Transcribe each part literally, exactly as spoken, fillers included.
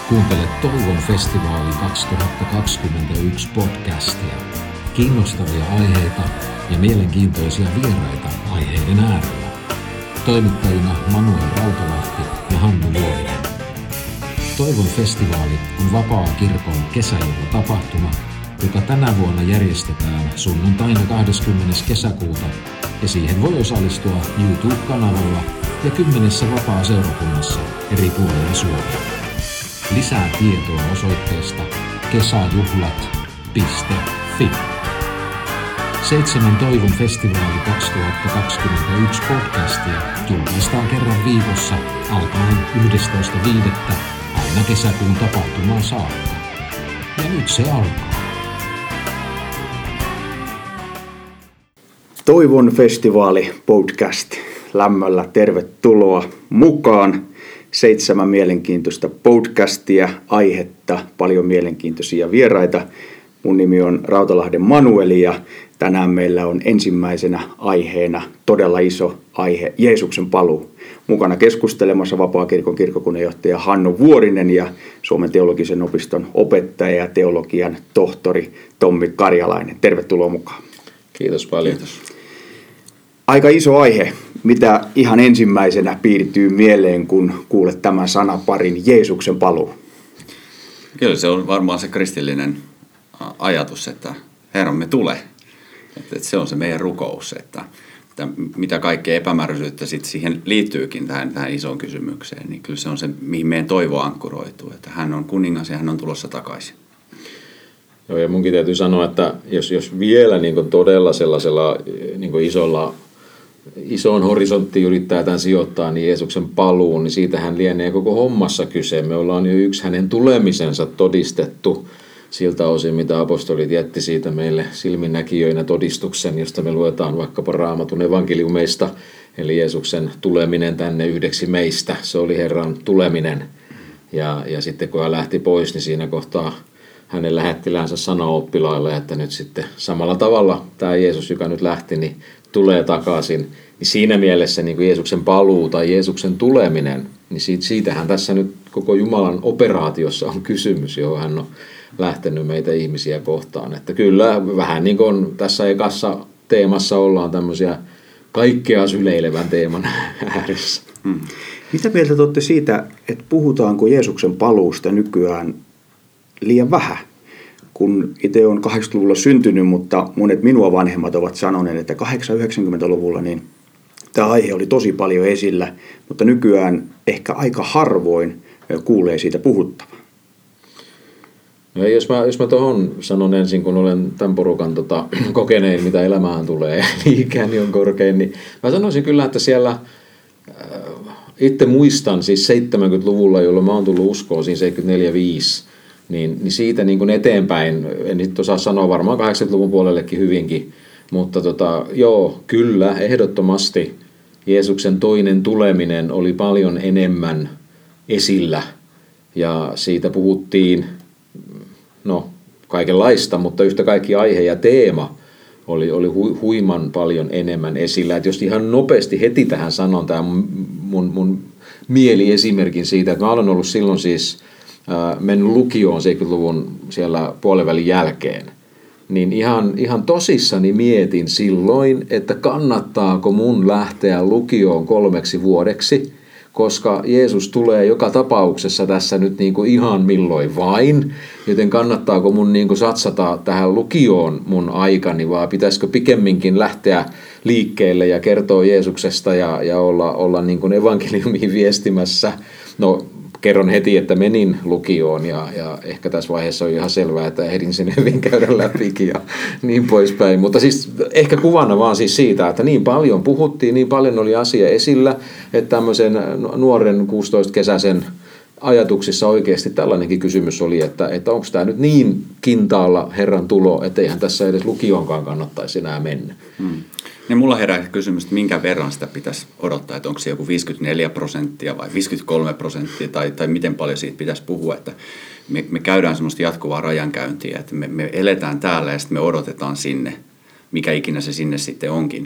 Kuuntelet Toivon festivaali kaksituhattakaksikymmentäyksi podcastia. Kiinnostavia aiheita ja mielenkiintoisia vieraita aiheiden äärellä. Toimittajina Manuel Rautalahti ja Hannu Vuorinen. Toivon festivaali on Vapaa-kirkon kesäjuhlatapahtuma, joka tänä vuonna järjestetään sunnuntaina kahdeskymmenes kesäkuuta ja siihen voi osallistua YouTube-kanavalla ja kymmenessä vapaa-seurakunnassa eri puolilla Suomea. Lisää tietoa osoitteesta kesäjuhlat piste fi. Seitsemän Toivon festivaali kaksituhattakaksikymmentäyksi podcastia julkaistaan kerran viikossa alkaen yhdestoista viidettä aina kesäkuun tapahtumaan saakka. Ja nyt se alkaa. Toivon festivaali podcast. Lämmöllä tervetuloa mukaan. Seitsemän mielenkiintoista podcastia, aihetta, paljon mielenkiintoisia vieraita. Mun nimi on Rautalahden Manueli ja tänään meillä on ensimmäisenä aiheena todella iso aihe, Jeesuksen paluu. Mukana keskustelemassa Vapaa-kirkon kirkkokunnanjohtaja Hannu Vuorinen ja Suomen teologisen opiston opettaja ja teologian tohtori Tommi Karjalainen. Tervetuloa mukaan. Kiitos paljon. Kiitos. Aika iso aihe. Mitä ihan ensimmäisenä piirtyy mieleen, kun kuulet tämän sanaparin Jeesuksen paluu? Kyllä se on varmaan se kristillinen ajatus, että Herramme tule. Että se on se meidän rukous, että, että mitä kaikkea epämääräisyyttä sitten siihen liittyykin tähän, tähän isoon kysymykseen, niin kyllä se on se, mihin meidän toivo ankkuroituu, että hän on kuningas ja hän on tulossa takaisin. Joo, ja munkin täytyy sanoa, että jos, jos vielä niin kuin todella sellaisella niin kuin isolla isoon horisonttiin yrittää tämän sijoittaa, niin Jeesuksen paluun, niin siitähän lienee koko hommassa kyse. Me ollaan jo yksi hänen tulemisensa todistettu siltä osin, mitä apostolit jätti siitä meille silminnäkijöinä todistuksen, josta me luetaan vaikkapa Raamatun evankeliumeista, eli Jeesuksen tuleminen tänne yhdeksi meistä. Se oli Herran tuleminen. Ja, ja sitten kun hän lähti pois, niin siinä kohtaa hänen lähettiläänsä sanoi oppilaille, että nyt sitten samalla tavalla tämä Jeesus, joka nyt lähti, niin tulee takaisin. Niin siinä mielessä niin kuin Jeesuksen paluu tai Jeesuksen tuleminen, niin siitä, siitähän tässä nyt koko Jumalan operaatiossa on kysymys, johon hän on lähtenyt meitä ihmisiä kohtaan. Että kyllä vähän niin kuin tässä ekassa teemassa ollaan tämmöisiä kaikkea syleilevän teeman ääressä. Hmm. Mitä mieltä te olette siitä, että puhutaanko Jeesuksen paluusta nykyään liian vähän? Kun itse olen kahdeksankymmentäluvulla syntynyt, mutta monet minua vanhemmat ovat sanoneet, että kahdeksankymmentä-yhdeksänkymmentäluvulla niin tämä aihe oli tosi paljon esillä, mutta nykyään ehkä aika harvoin kuulee siitä puhuttavan. No jos mä, jos mä tuohon sanon ensin, kun olen tämän porukan tota, kokenein, mitä elämään tulee, niin ikäni on korkein, niin mä sanoisin kyllä, että siellä äh, itse muistan siis seitsemänkymmentäluvulla, jolloin mä oon tullut uskoon, siinä seitsemänkymmentäneljä viisi, Niin, niin siitä niin kuin eteenpäin, en nyt osaa sanoa varmaan kahdeksankymmentäluvun puolellekin hyvinkin, mutta tota, joo, kyllä, ehdottomasti Jeesuksen toinen tuleminen oli paljon enemmän esillä ja siitä puhuttiin, no kaikenlaista, mutta yhtä kaikki aihe ja teema oli, oli hu, huiman paljon enemmän esillä. Et jos ihan nopeasti heti tähän sanon tämän mun, mun mieliesimerkin siitä, että mä olen ollut silloin siis mennyt lukioon seitsemänkymmentäluvun siellä puolivälin jälkeen, niin ihan, ihan tosissani mietin silloin, että kannattaako mun lähteä lukioon kolmeksi vuodeksi, koska Jeesus tulee joka tapauksessa tässä nyt niin kuin ihan milloin vain, joten kannattaako mun niin kuin satsata tähän lukioon mun aikani, vai pitäisikö pikemminkin lähteä liikkeelle ja kertoa Jeesuksesta ja, ja olla, olla niin kuin evankeliumiin viestimässä. No, kerron heti, että menin lukioon ja, ja ehkä tässä vaiheessa on ihan selvää, että ehdin sen hyvin käydä läpikin ja niin poispäin. Mutta siis ehkä kuvana vaan siis siitä, että niin paljon puhuttiin, niin paljon oli asia esillä, että tämmöisen nuoren kuusitoista-kesäisen ajatuksissa oikeasti tällainenkin kysymys oli, että, että onko tämä nyt niin kintaalla Herran tulo, että eihän tässä edes lukioonkaan kannattaisi enää mennä. Hmm. Niin mulla herää kysymys, että minkä verran sitä pitäisi odottaa, että onko se joku viisikymmentäneljä prosenttia vai viisikymmentäkolme prosenttia tai, tai miten paljon siitä pitäisi puhua, että me, me käydään semmoista jatkuvaa rajankäyntiä, että me, me eletään täällä ja sitten me odotetaan sinne, mikä ikinä se sinne sitten onkin.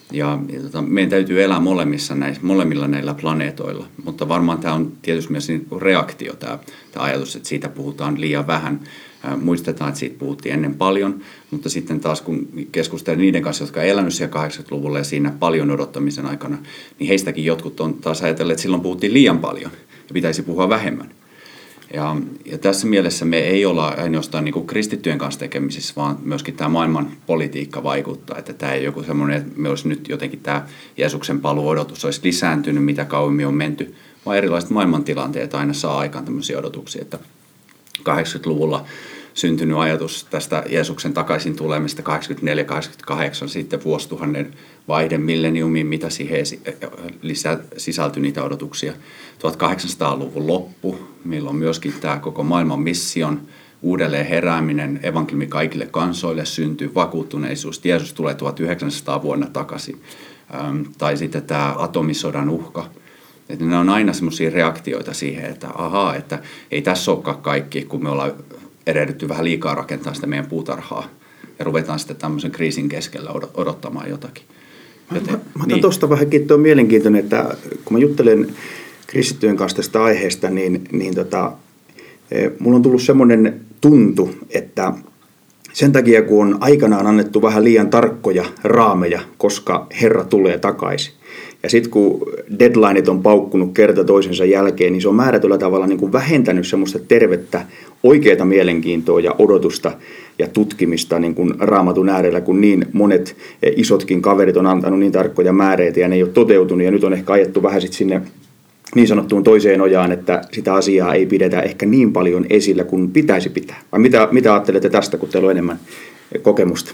Ja, ja tota, meidän täytyy elää molemmissa näissä, molemmilla näillä planeetoilla, mutta varmaan tämä on tietysti myös niin reaktio, tämä, tämä ajatus, että siitä puhutaan liian vähän. Ää, muistetaan, että siitä puhuttiin ennen paljon, mutta sitten taas kun keskustelen niiden kanssa, jotka on elänyt siellä kahdeksankymmentäluvulla ja siinä paljon odottamisen aikana, niin heistäkin jotkut on taas ajatelleet, että silloin puhuttiin liian paljon ja pitäisi puhua vähemmän. Ja, ja tässä mielessä me ei olla ainoastaan niin kuin kristittyjen kanssa tekemisissä, vaan myöskin tämä maailman politiikka vaikuttaa. Että tämä ei joku semmoinen, että me olisi nyt jotenkin tämä Jeesuksen paluuodotus olisi lisääntynyt, mitä kauemmin on menty, vaan erilaiset maailmantilanteet aina saa aikaan tämmöisiä odotuksia. Että kahdeksankymmentäluvulla syntynyt ajatus tästä Jeesuksen takaisin tulemista kahdeksankymmentäneljä kahdeksankymmentäkahdeksan sitten vuosituhannen vaihde milleniumiin, mitä siihen lisää, sisältyi niitä odotuksia. tuhatkahdeksansataaluvun loppu, milloin myöskin tämä koko maailman mission, uudelleen herääminen, evankeliumi kaikille kansoille syntyy, vakuuttuneisuus, että Jeesus tulee tuhatyhdeksänsataa vuonna takaisin. Ähm, tai sitten tämä atomisodan uhka. Että ne on aina semmoisia reaktioita siihen, että ahaa, että ei tässä olekaan kaikki, kun me ollaan erehdytty vähän liikaa rakentaa sitä meidän puutarhaa ja ruvetaan sitten tämmöisen kriisin keskellä odottamaan jotakin. Joten, mä mä otan niin. Tuosta vähänkin, tuo on mielenkiintoinen, että kun mä juttelen kristittyjen kanssa tästä aiheesta, niin, niin tota, mulla on tullut semmoinen tuntu, että sen takia kun on aikanaan annettu vähän liian tarkkoja raameja, koska Herra tulee takaisin. Ja sitten kun deadlineit on paukkunut kerta toisensa jälkeen, niin se on määrätyllä tavalla niin kuin vähentänyt semmoista tervettä, oikeaa mielenkiintoa ja odotusta ja tutkimista niin kuin Raamatun äärellä, kun niin monet isotkin kaverit on antanut niin tarkkoja määreitä ja ne ei ole toteutunut. Ja nyt on ehkä ajettu vähän sit sinne niin sanottuun toiseen ojaan, että sitä asiaa ei pidetä ehkä niin paljon esillä kuin pitäisi pitää. Vai mitä, mitä ajattelette tästä, kun teillä on enemmän kokemusta?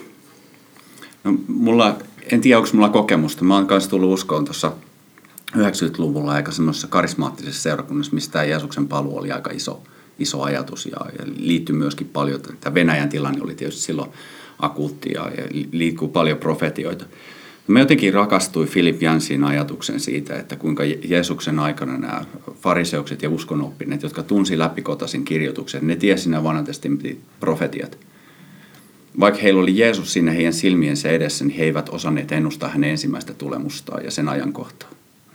No, mulla, en tiedä, onko mulla kokemusta. Mä oon kanssa tullut uskoon tuossa yhdeksänkymmentäluvulla aika semmoisessa karismaattisessa seurakunnassa, mistä tämä Jeesuksen paluu oli aika iso, iso ajatus ja, ja liittyy myöskin paljon. Tämä Venäjän tilanne oli tietysti silloin akuutti ja, ja liikkuu paljon profetioita. Mä jotenkin rakastuin Philip Yancey'n ajatuksen siitä, että kuinka Jeesuksen aikana nämä fariseukset ja uskonoppineet, jotka tunsi läpikotaisin kirjoituksen, ne tiesi nämä vanhan testamentin profetiat. Vaikka heillä oli Jeesus siinä heidän silmiensä edessä, niin he eivät osanneet ennustaa hänen ensimmäistä tulemustaan ja sen ajankohtaa.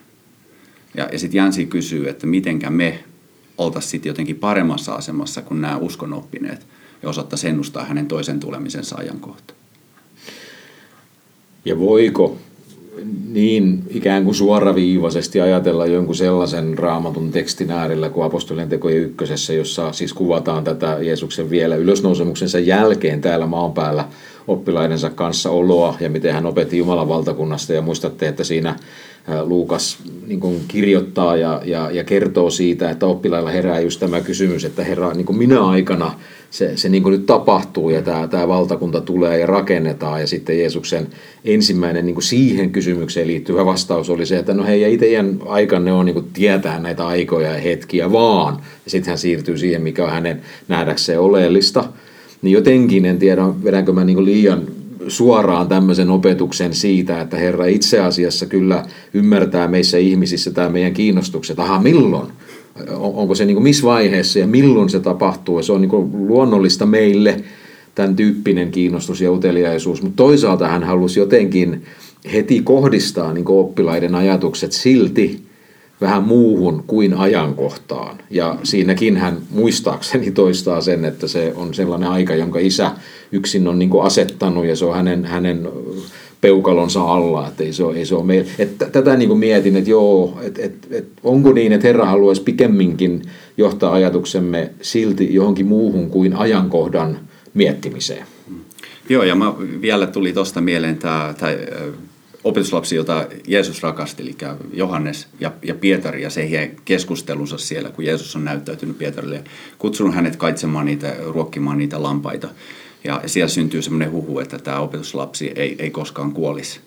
Ja, ja sitten Yancey kysyy, että mitenkä me oltaisiin sitten jotenkin paremmassa asemassa kuin nämä uskonoppineet ja osattaisiin ennustaa hänen toisen tulemisensa ajankohtaa. Ja voiko niin ikään kuin suoraviivaisesti ajatella jonkun sellaisen Raamatun tekstin äärellä kuin apostolien tekojen ykkösessä, jossa siis kuvataan tätä Jeesuksen vielä ylösnousemuksensa jälkeen täällä maan päällä oppilaidensa kanssa oloa ja miten hän opetti Jumalan valtakunnasta. Ja muistatte, että siinä Luukas niin kuin kirjoittaa ja, ja, ja kertoo siitä, että oppilailla herää just tämä kysymys, että herra, niin kuin minä aikana se, se niin kuin nyt tapahtuu ja tämä, tämä valtakunta tulee ja rakennetaan. Ja sitten Jeesuksen ensimmäinen niin kuin siihen kysymykseen liittyvä vastaus oli se, että no hei, ei teidän aikanne on niin kuin tietää näitä aikoja ja hetkiä vaan. Ja sitten hän siirtyy siihen, mikä on hänen nähdäkseen oleellista. Niin jotenkin, en tiedä, vedänkö mä niin kuin liian suoraan tämmöisen opetuksen siitä, että Herra itse asiassa kyllä ymmärtää meissä ihmisissä tämä meidän kiinnostukset. Aha, milloin? Onko se niin kuin missä vaiheessa ja milloin se tapahtuu? Ja se on niin kuin luonnollista meille, tämän tyyppinen kiinnostus ja uteliaisuus. Mutta toisaalta hän halusi jotenkin heti kohdistaa niin kuin oppilaiden ajatukset silti vähän muuhun kuin ajankohtaan. Ja siinäkin hän muistaakseni toistaa sen, että se on sellainen aika, jonka isä yksin on niin kuin asettanut ja se on hänen, hänen peukalonsa alla. Että ei se ole, ei se ole meillä. Että tätä niin kuin mietin, että joo, että, että, että onko niin, että Herra haluaisi pikemminkin johtaa ajatuksemme silti johonkin muuhun kuin ajankohdan miettimiseen. Joo, ja mä vielä tuli tuosta mieleen tämä, tämä opetuslapsi, jota Jeesus rakasti, eli Johannes ja, ja Pietari, ja se heidän keskustelunsa siellä, kun Jeesus on näyttäytynyt Pietarille ja kutsunut hänet kaitsemaan niitä, ruokkimaan niitä lampaita. Ja siellä syntyy semmoinen huhu, että tämä opetuslapsi ei, ei koskaan kuolisi,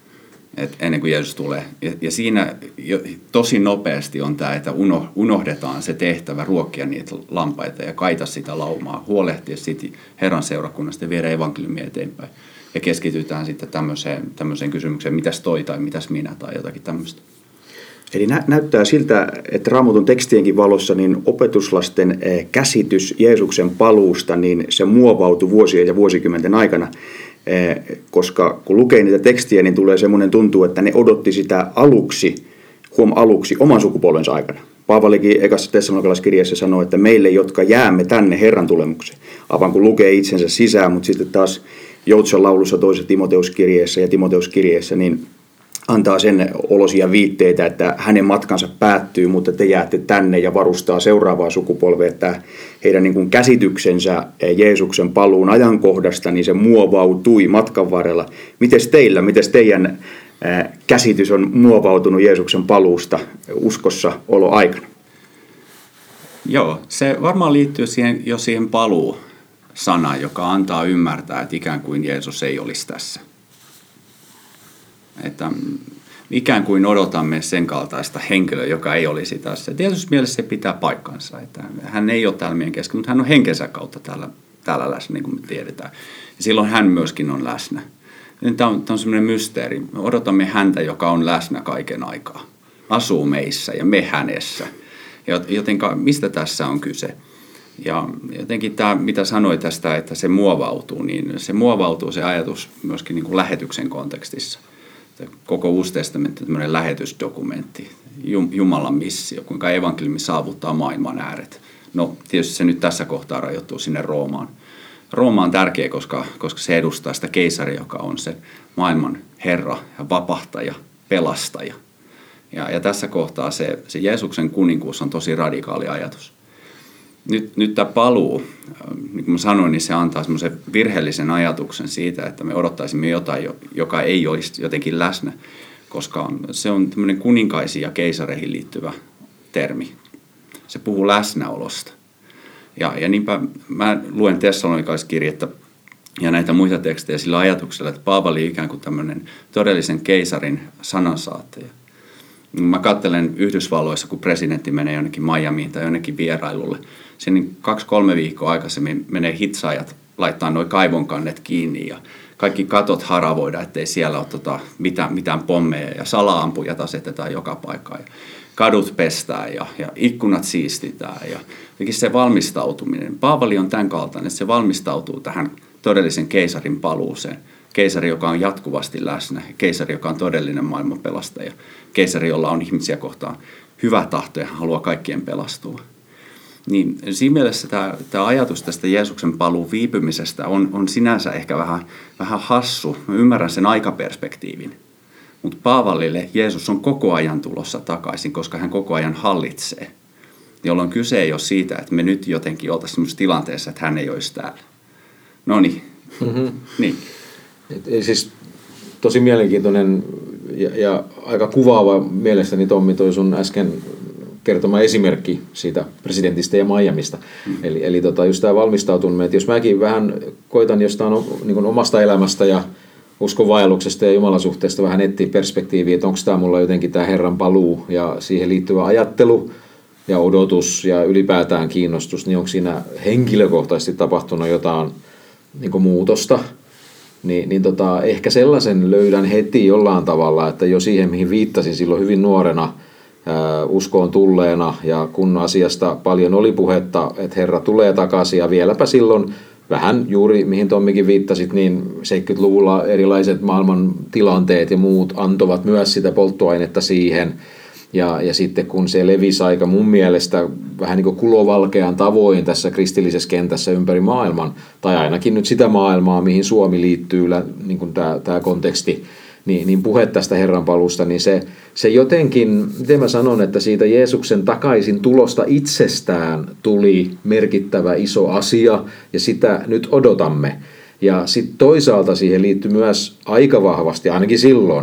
et ennen kuin Jeesus tulee. Ja, ja siinä jo, tosi nopeasti on tämä, että uno, unohdetaan se tehtävä ruokkia niitä lampaita ja kaita sitä laumaa, huolehtia siitä Herran seurakunnasta ja viedä evankeliumia eteenpäin. Ja keskitytään sitten tämmöiseen, tämmöiseen kysymykseen, mitäs toi tai mitäs minä tai jotakin tämmöistä. Eli nä- näyttää siltä, että Raamatun tekstienkin valossa niin opetuslasten käsitys Jeesuksen paluusta, niin se muovautui vuosien ja vuosikymmenten aikana. koska kun lukee niitä tekstiä, niin tulee semmoinen tuntuu, että ne odotti sitä aluksi, huom aluksi oman sukupolvensa aikana. Paavalikin ekassa tessalonikalaiskirjassa sanoo, että meille, jotka jäämme tänne Herran tulemukseen, aivan kun lukee itsensä sisään, mutta sitten taas Joutsen laulussa toisessa Timoteuskirjeessä ja Timoteuskirjeessä, niin antaa sen olosia viitteitä, että hänen matkansa päättyy, mutta te jäätte tänne ja varustaa seuraavaa sukupolvea, että heidän niin kuin käsityksensä Jeesuksen paluun ajankohdasta, niin se muovautui matkan varrella. Mites teillä, mites teidän käsitys on muovautunut Jeesuksen paluusta uskossa oloaikana? Joo, se varmaan liittyy siihen, jo siihen paluu-sanaan, joka antaa ymmärtää, että ikään kuin Jeesus ei olisi tässä. Että ikään kuin odotamme sen kaltaista henkilöä, joka ei olisi tässä. Tietysti mielessä se pitää paikkansa, että hän ei ole täällä meidän kesken, mutta hän on henkensä kautta täällä, täällä läsnä, niin kuin me tiedetään. Ja silloin hän myöskin on läsnä. Tämä on, tämä on semmoinen mysteeri. Me odotamme häntä, joka on läsnä kaiken aikaa. Asuu meissä ja me hänessä. Jotenka mistä tässä on kyse? Ja jotenkin tämä, mitä sanoi tästä, että se muovautuu, niin se muovautuu se ajatus myöskin niin kuin lähetyksen kontekstissa. Koko Uusi testamentti on tämmöinen lähetysdokumentti, Jumalan missio, kuinka evankeliumi saavuttaa maailman ääret. No tietysti se nyt tässä kohtaa rajoittuu sinne Roomaan. Rooma on tärkeä, koska, koska se edustaa sitä keisaria, joka on se maailman herra ja vapahtaja, pelastaja. Ja, ja tässä kohtaa se, se Jeesuksen kuninkuus on tosi radikaali ajatus. Nyt, nyt tämä paluu, niin kuin mä sanoin, niin se antaa semmoisen virheellisen ajatuksen siitä, että me odottaisimme jotain, joka ei olisi jotenkin läsnä, koska se on tämmöinen kuninkaisiin ja keisareihin liittyvä termi. Se puhuu läsnäolosta. Ja, ja niinpä mä luen Tessalonikalaiskirjettä ja näitä muita tekstejä sillä ajatuksella, että Paavali ikään kuin tämmöinen todellisen keisarin sanansaattaja. Mä katselen Yhdysvalloissa, kun presidentti menee jonnekin Miamiin tai jonnekin vierailulle. Sen niin kaksi-kolme viikkoa aikaisemmin menee hitsaajat, laittaa nuo kaivonkannet kiinni ja kaikki katot haravoida, ettei siellä ole tota mitään, mitään pommeja ja salaampujat asetetaan joka paikkaan. Ja kadut pestään ja, ja ikkunat siistitään ja se valmistautuminen. Paavali on tämän kaltainen, että se valmistautuu tähän todellisen keisarin paluuseen. Keisari, joka on jatkuvasti läsnä, keisari, joka on todellinen maailman pelastaja, keisari, jolla on ihmisiä kohtaan hyvä tahto ja haluaa kaikkien pelastua. Niin siinä mielessä tämä, tämä ajatus tästä Jeesuksen paluun viipymisestä on, on sinänsä ehkä vähän, vähän hassu. Mä ymmärrän sen aikaperspektiivin, mutta Paavalille Jeesus on koko ajan tulossa takaisin, koska hän koko ajan hallitsee. Jolloin kyse ei ole siitä, että me nyt jotenkin oltaisiin sellaisessa tilanteessa, että hän ei olisi täällä. No niin. Mm-hmm. niin. Et, siis tosi mielenkiintoinen ja, ja aika kuvaava mielestäni, Tommi, toi sun äsken kertoma esimerkki siitä presidentistä ja Miamista. Mm. Eli, eli tota, just tämä valmistautuminen, että jos mäkin vähän koitan jostain niin kuin omasta elämästä ja uskonvaelluksesta ja Jumalan suhteesta vähän etsiä perspektiiviä, että onko tämä mulla jotenkin tämä Herran paluu ja siihen liittyvä ajattelu ja odotus ja ylipäätään kiinnostus, niin onko siinä henkilökohtaisesti tapahtunut jotain niin kuin muutosta, niin, niin tota, ehkä sellaisen löydän heti jollain tavalla, että jo siihen, mihin viittasin silloin hyvin nuorena, ää, uskoon tulleena, ja kun asiasta paljon oli puhetta, että Herra tulee takaisin, ja vieläpä silloin vähän juuri, mihin Tommikin viittasit, niin seitsemänkymmentäluvulla erilaiset maailman tilanteet ja muut antovat myös sitä polttoainetta siihen. Ja, ja sitten kun se levisi aika mun mielestä vähän niin kuin kulovalkean tavoin tässä kristillisessä kentässä ympäri maailman, tai ainakin nyt sitä maailmaa, mihin Suomi liittyy, niin kuin tämä, tämä konteksti, niin, niin puhe tästä Herran paluusta, niin se, se jotenkin, miten mä sanon, että siitä Jeesuksen takaisin tulosta itsestään tuli merkittävä iso asia, ja sitä nyt odotamme. Ja sitten toisaalta siihen liittyy myös aika vahvasti, ainakin silloin,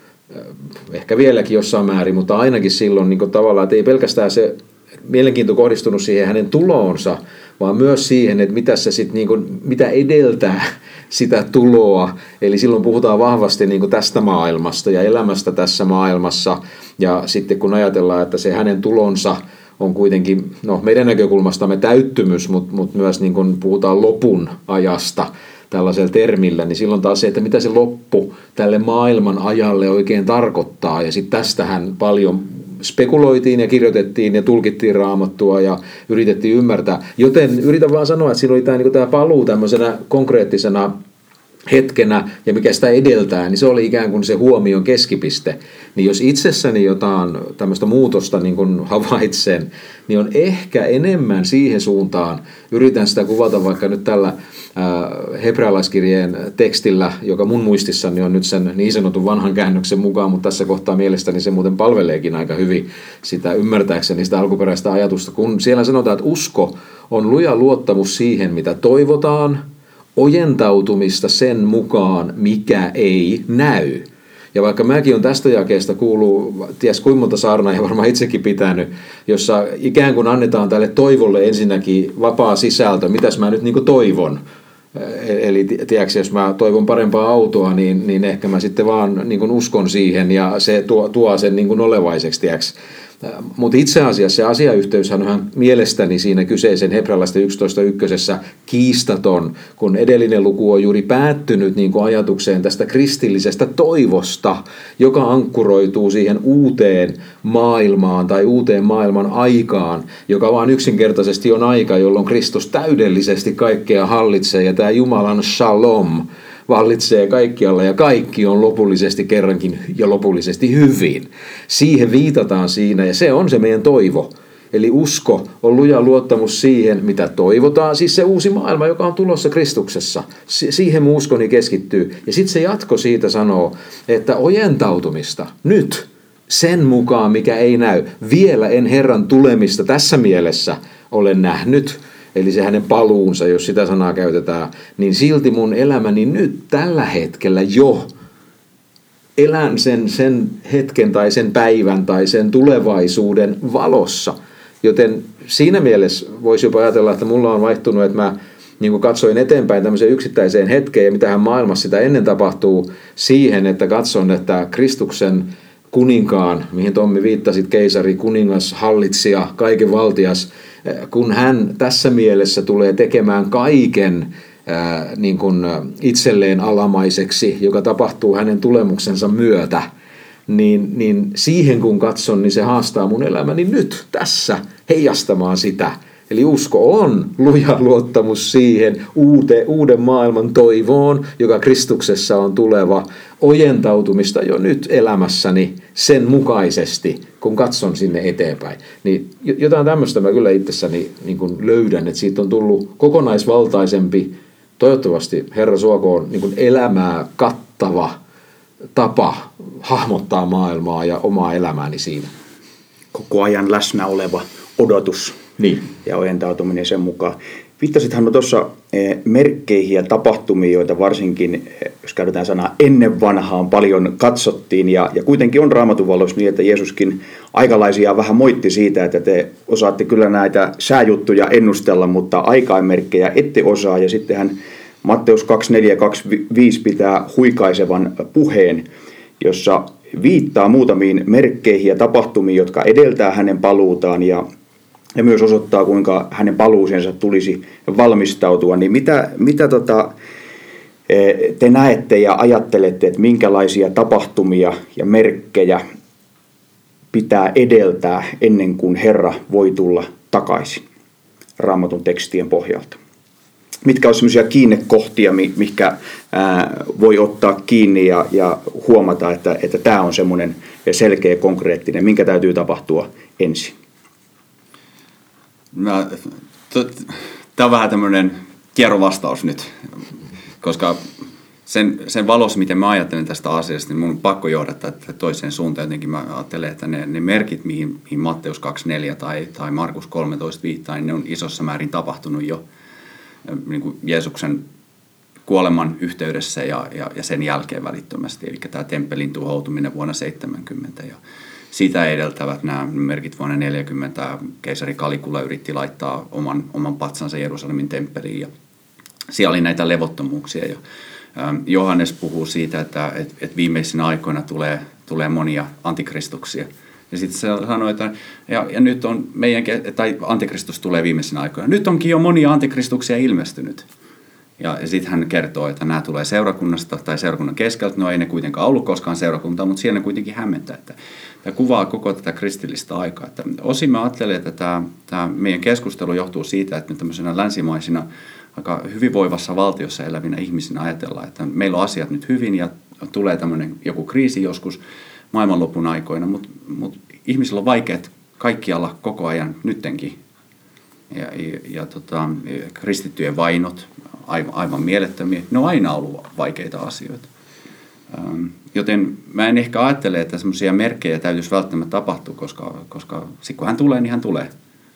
ehkä vieläkin jossain määrin, mutta ainakin silloin niin tavallaan, että ei pelkästään se mielenkiinto kohdistunut siihen hänen tuloonsa, vaan myös siihen, että mitä, se sit, niin kuin, mitä edeltää sitä tuloa. Eli silloin puhutaan vahvasti niin kuin tästä maailmasta ja elämästä tässä maailmassa. Ja sitten kun ajatellaan, että se hänen tulonsa on kuitenkin, no meidän näkökulmastamme täyttymys, mutta, mutta myös niin kuin puhutaan lopun ajasta tällaisella termillä, niin silloin taas se, että mitä se loppu tälle maailman ajalle oikein tarkoittaa. Ja sitten tästähän paljon spekuloitiin ja kirjoitettiin ja tulkittiin Raamattua ja yritettiin ymmärtää. Joten yritän vaan sanoa, että siinä oli tämä, niin tämä paluu tämmöisenä konkreettisena hetkenä ja mikä sitä edeltää, niin se oli ikään kuin se huomion keskipiste. Niin jos itsessäni jotain tämmöistä muutosta niin kuin havaitsen, niin on ehkä enemmän siihen suuntaan, yritän sitä kuvata vaikka nyt tällä hebrealaiskirjeen tekstillä, joka mun muistissani on nyt sen niin sanotun vanhan käännöksen mukaan, mutta tässä kohtaa mielestäni se muuten palveleekin aika hyvin sitä ymmärtääkseni sitä alkuperäistä ajatusta, kun siellä sanotaan, että usko on luja luottamus siihen, mitä toivotaan, ojentautumista sen mukaan, mikä ei näy. Ja vaikka mäkin on tästä jakeesta kuullut, ties kuinka monta saarnaa ja varmaan itsekin pitänyt, jossa ikään kuin annetaan tälle toivolle ensinnäkin vapaa sisältö, mitäs mä nyt niin kuin toivon. Eli tiedätkö, jos mä toivon parempaa autoa, niin, niin ehkä mä sitten vaan niin kuin uskon siihen ja se tuo, tuo sen niin kuin olevaiseksi, tiedätkö. Mutta itse asiassa se asiayhteyshän on ihan mielestäni siinä kyseisen hebrealaisten yksitoista ykkösessä kiistaton, kun edellinen luku on juuri päättynyt niin kuin ajatukseen tästä kristillisestä toivosta, joka ankkuroituu siihen uuteen maailmaan tai uuteen maailman aikaan, joka vaan yksinkertaisesti on aika, jolloin Kristus täydellisesti kaikkea hallitsee ja tämä Jumalan shalom vallitsee kaikkialla ja kaikki on lopullisesti kerrankin ja lopullisesti hyvin. Siihen viitataan siinä ja se on se meidän toivo. Eli usko on luja luottamus siihen, mitä toivotaan, siis se uusi maailma, joka on tulossa Kristuksessa. Siihen mun uskoni keskittyy. Ja sitten se jatko siitä sanoo, että ojentautumista nyt sen mukaan, mikä ei näy. Vielä en Herran tulemista tässä mielessä ole nähnyt. Eli se hänen paluunsa, jos sitä sanaa käytetään, niin silti mun elämäni nyt tällä hetkellä jo elän sen, sen hetken tai sen päivän tai sen tulevaisuuden valossa. Joten siinä mielessä voisi jopa ajatella, että mulla on vaihtunut, että mä niin kuin katsoin eteenpäin tämmöiseen yksittäiseen hetkeen ja mitähän maailmassa sitä ennen tapahtuu siihen, että katson, että Kristuksen kuninkaan, mihin Tommi viittasit, keisari, kuningas, hallitsija, kaiken valtias, kun hän tässä mielessä tulee tekemään kaiken ää, niin kuin itselleen alamaiseksi, joka tapahtuu hänen tulemuksensa myötä, niin, niin siihen kun katson, niin se haastaa mun elämäni nyt tässä heijastamaan sitä. Eli usko on luja luottamus siihen uute, uuden maailman toivoon, joka Kristuksessa on tuleva, ojentautumista jo nyt elämässäni sen mukaisesti, kun katson sinne eteenpäin. Niin jotain tämmöistä mä kyllä itsessäni niin kuin löydän, että siitä on tullut kokonaisvaltaisempi, toivottavasti Herra suokoon niin kuin elämää kattava tapa hahmottaa maailmaa ja omaa elämääni siinä. Koko ajan läsnä oleva odotus. Niin. Ja ojentautuminen sen mukaan. Viittasithan tuossa merkkeihin ja tapahtumiin, joita varsinkin, jos käytetään sanaa ennen vanhaan, paljon katsottiin. Ja, ja kuitenkin on Raamatun valossa niin, että Jeesuskin aikalaisia vähän moitti siitä, että te osaatte kyllä näitä sääjuttuja ennustella, mutta aikainmerkkejä ette osaa. Ja sitten hän Matteus kaksikymmentäneljä kaksikymmentäviisi pitää huikaisevan puheen, jossa viittaa muutamiin merkkeihin ja tapahtumiin, jotka edeltää hänen paluutaan ja Ja myös osoittaa, kuinka hänen paluuseensa tulisi valmistautua. Niin mitä, mitä tota, te näette ja ajattelette, että minkälaisia tapahtumia ja merkkejä pitää edeltää ennen kuin Herra voi tulla takaisin Raamatun tekstien pohjalta? Mitkä on sellaisia kiinnekohtia, mikä voi ottaa kiinni ja, ja huomata, että, että tämä on semmoinen selkeä, konkreettinen, minkä täytyy tapahtua ensin? Tämä on vähän tämmöinen kierrovastaus nyt, koska sen, sen valossa, miten mä ajattelen tästä asiasta, niin mun on pakko johdattaa toiseen suuntaan. Jotenkin mä ajattelen, että ne, ne merkit, mihin, mihin Matteus kaksikymmentäneljä tai, tai Markus kolmetoista viittaa, niin ne on isossa määrin tapahtunut jo niin kuin Jeesuksen kuoleman yhteydessä ja, ja, ja sen jälkeen välittömästi. Eli tämä temppelin tuhoutuminen vuonna seitsemänkymmentä ja sitä edeltävät nämä merkit vuonna neljäkymmentä. Keisari Kalikula yritti laittaa oman, oman patsansa Jerusalemin temppeliin ja siellä oli näitä levottomuuksia. Ja, ähm, Johannes puhuu siitä, että et, et viimeisinä aikoina tulee, tulee monia antikristuksia. Ja sitten se sanoi, että ja, ja nyt on meidän, tai antikristus tulee viimeisinä aikoina. Nyt onkin jo monia antikristuksia ilmestynyt. Ja, ja sitten hän kertoo, että nämä tulee seurakunnasta tai seurakunnan keskeltä. No ei ne kuitenkaan ollut koskaan seurakuntaa, mutta siellä ne kuitenkin hämmentää. Että tämä kuvaa koko tätä kristillistä aikaa. Että osin mä ajattelen, että tämä, tämä meidän keskustelu johtuu siitä, että me tämmöisenä länsimaisina aika hyvinvoivassa valtiossa elävinä ihmisinä ajatellaan, että meillä on asiat nyt hyvin ja tulee tämmöinen joku kriisi joskus maailmanlopun aikoina, mutta mut ihmisillä on vaikeat kaikkialla koko ajan nyttenkin. Ja, ja, ja tota, kristittyjen vainot, aivan, aivan mielettömiä, ne on aina ollut vaikeita asioita. Ähm, joten mä en ehkä ajattele, että semmoisia merkkejä täytyisi välttämättä tapahtua, koska, koska sit kun hän tulee, niin hän tulee.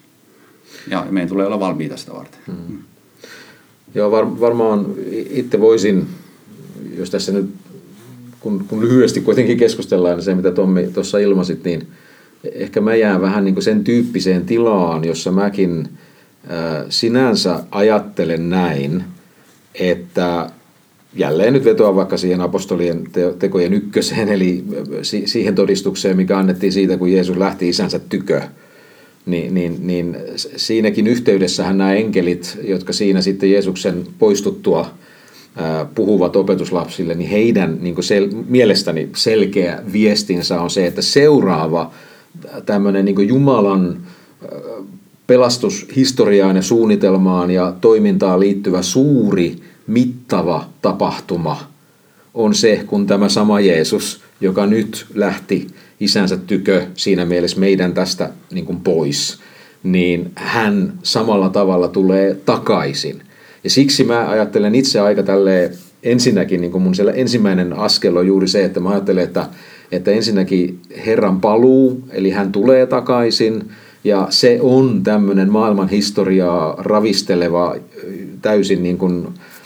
Ja meidän tulee olla valmiita sitä varten. Hmm. Joo, var, varmaan itse voisin, jos tässä nyt, kun, kun lyhyesti kuitenkin keskustellaan, niin se mitä Tommi tuossa ilmasit, niin ehkä mä jään vähän niin kuin sen tyyppiseen tilaan, jossa mäkin äh, sinänsä ajattelen näin, että jälleen nyt vetoan vaikka siihen apostolien tekojen ykköseen, eli siihen todistukseen, mikä annettiin siitä, kun Jeesus lähti isänsä tykö. Niin, niin, niin siinäkin yhteydessähän nämä enkelit, jotka siinä sitten Jeesuksen poistuttua ää, puhuvat opetuslapsille, niin heidän niin kuin sel, mielestäni selkeä viestinsä on se, että seuraava tämmöinen niin kuin Jumalan ää, pelastushistoriaan ja suunnitelmaan ja toimintaan liittyvä suuri, mittava tapahtuma on se, kun tämä sama Jeesus, joka nyt lähti isänsä tykö siinä mielessä meidän tästä niin kuin pois, niin hän samalla tavalla tulee takaisin. Ja siksi mä ajattelen itse aika tälleen, ensinnäkin niin kuin mun siellä ensimmäinen askel on juuri se, että mä ajattelen, että, että ensinnäkin Herran paluu, eli hän tulee takaisin, ja se on tämmöinen maailman historiaa ravisteleva, täysin niin kuin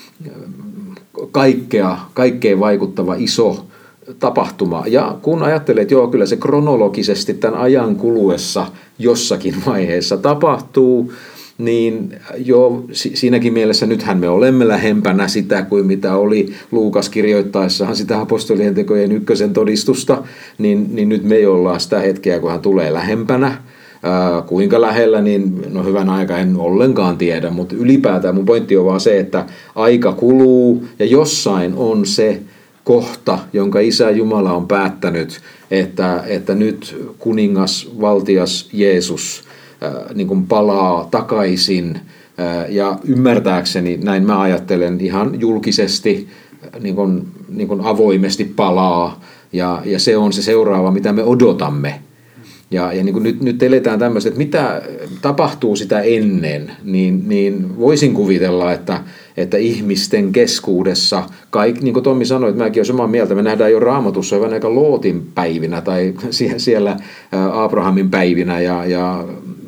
kaikkea, kaikkeen vaikuttava iso tapahtuma. Ja kun ajattelee, että joo, kyllä se kronologisesti tämän ajan kuluessa jossakin vaiheessa tapahtuu, niin joo, siinäkin mielessä nythän me olemme lähempänä sitä kuin mitä oli Luukas kirjoittaessahan sitä apostolien tekojen ykkösen todistusta, niin, niin nyt me ollaan sitä hetkeä, kun hän tulee lähempänä. Ää, kuinka lähellä, niin no hyvän aika en ollenkaan tiedä, mutta ylipäätään mun pointti on vaan se, että aika kuluu ja jossain on se kohta, jonka Isä Jumala on päättänyt, että, että nyt kuningas, valtias Jeesus ää, niin kuin palaa takaisin ää, ja ymmärtääkseni, näin mä ajattelen ihan julkisesti, niin kuin, niin kuin avoimesti palaa ja, ja se on se seuraava, mitä me odotamme. Ja, ja niin kuin nyt, nyt eletään tämmöistä, että mitä tapahtuu sitä ennen, niin, niin voisin kuvitella, että, että ihmisten keskuudessa, kaik, niin kuin Tommi sanoi, että mäkin olen samaa mieltä, me nähdään jo Raamatussa hyvän aika Lootin päivinä tai siellä Abrahamin päivinä ja, ja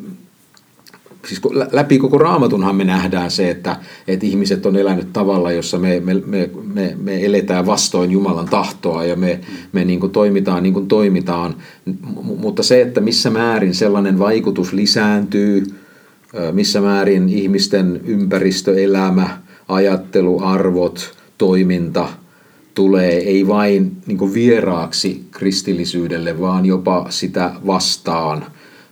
siis läpi koko Raamatunhan me nähdään se, että, että ihmiset on elänyt tavalla, jossa me, me, me, me, me eletään vastoin Jumalan tahtoa ja me, me niin kuin toimitaan niin kuin toimitaan. Mutta se, että missä määrin sellainen vaikutus lisääntyy, missä määrin ihmisten ympäristöelämä, ajattelu, arvot, toiminta tulee ei vain niin kuin vieraaksi kristillisyydelle, vaan jopa sitä vastaan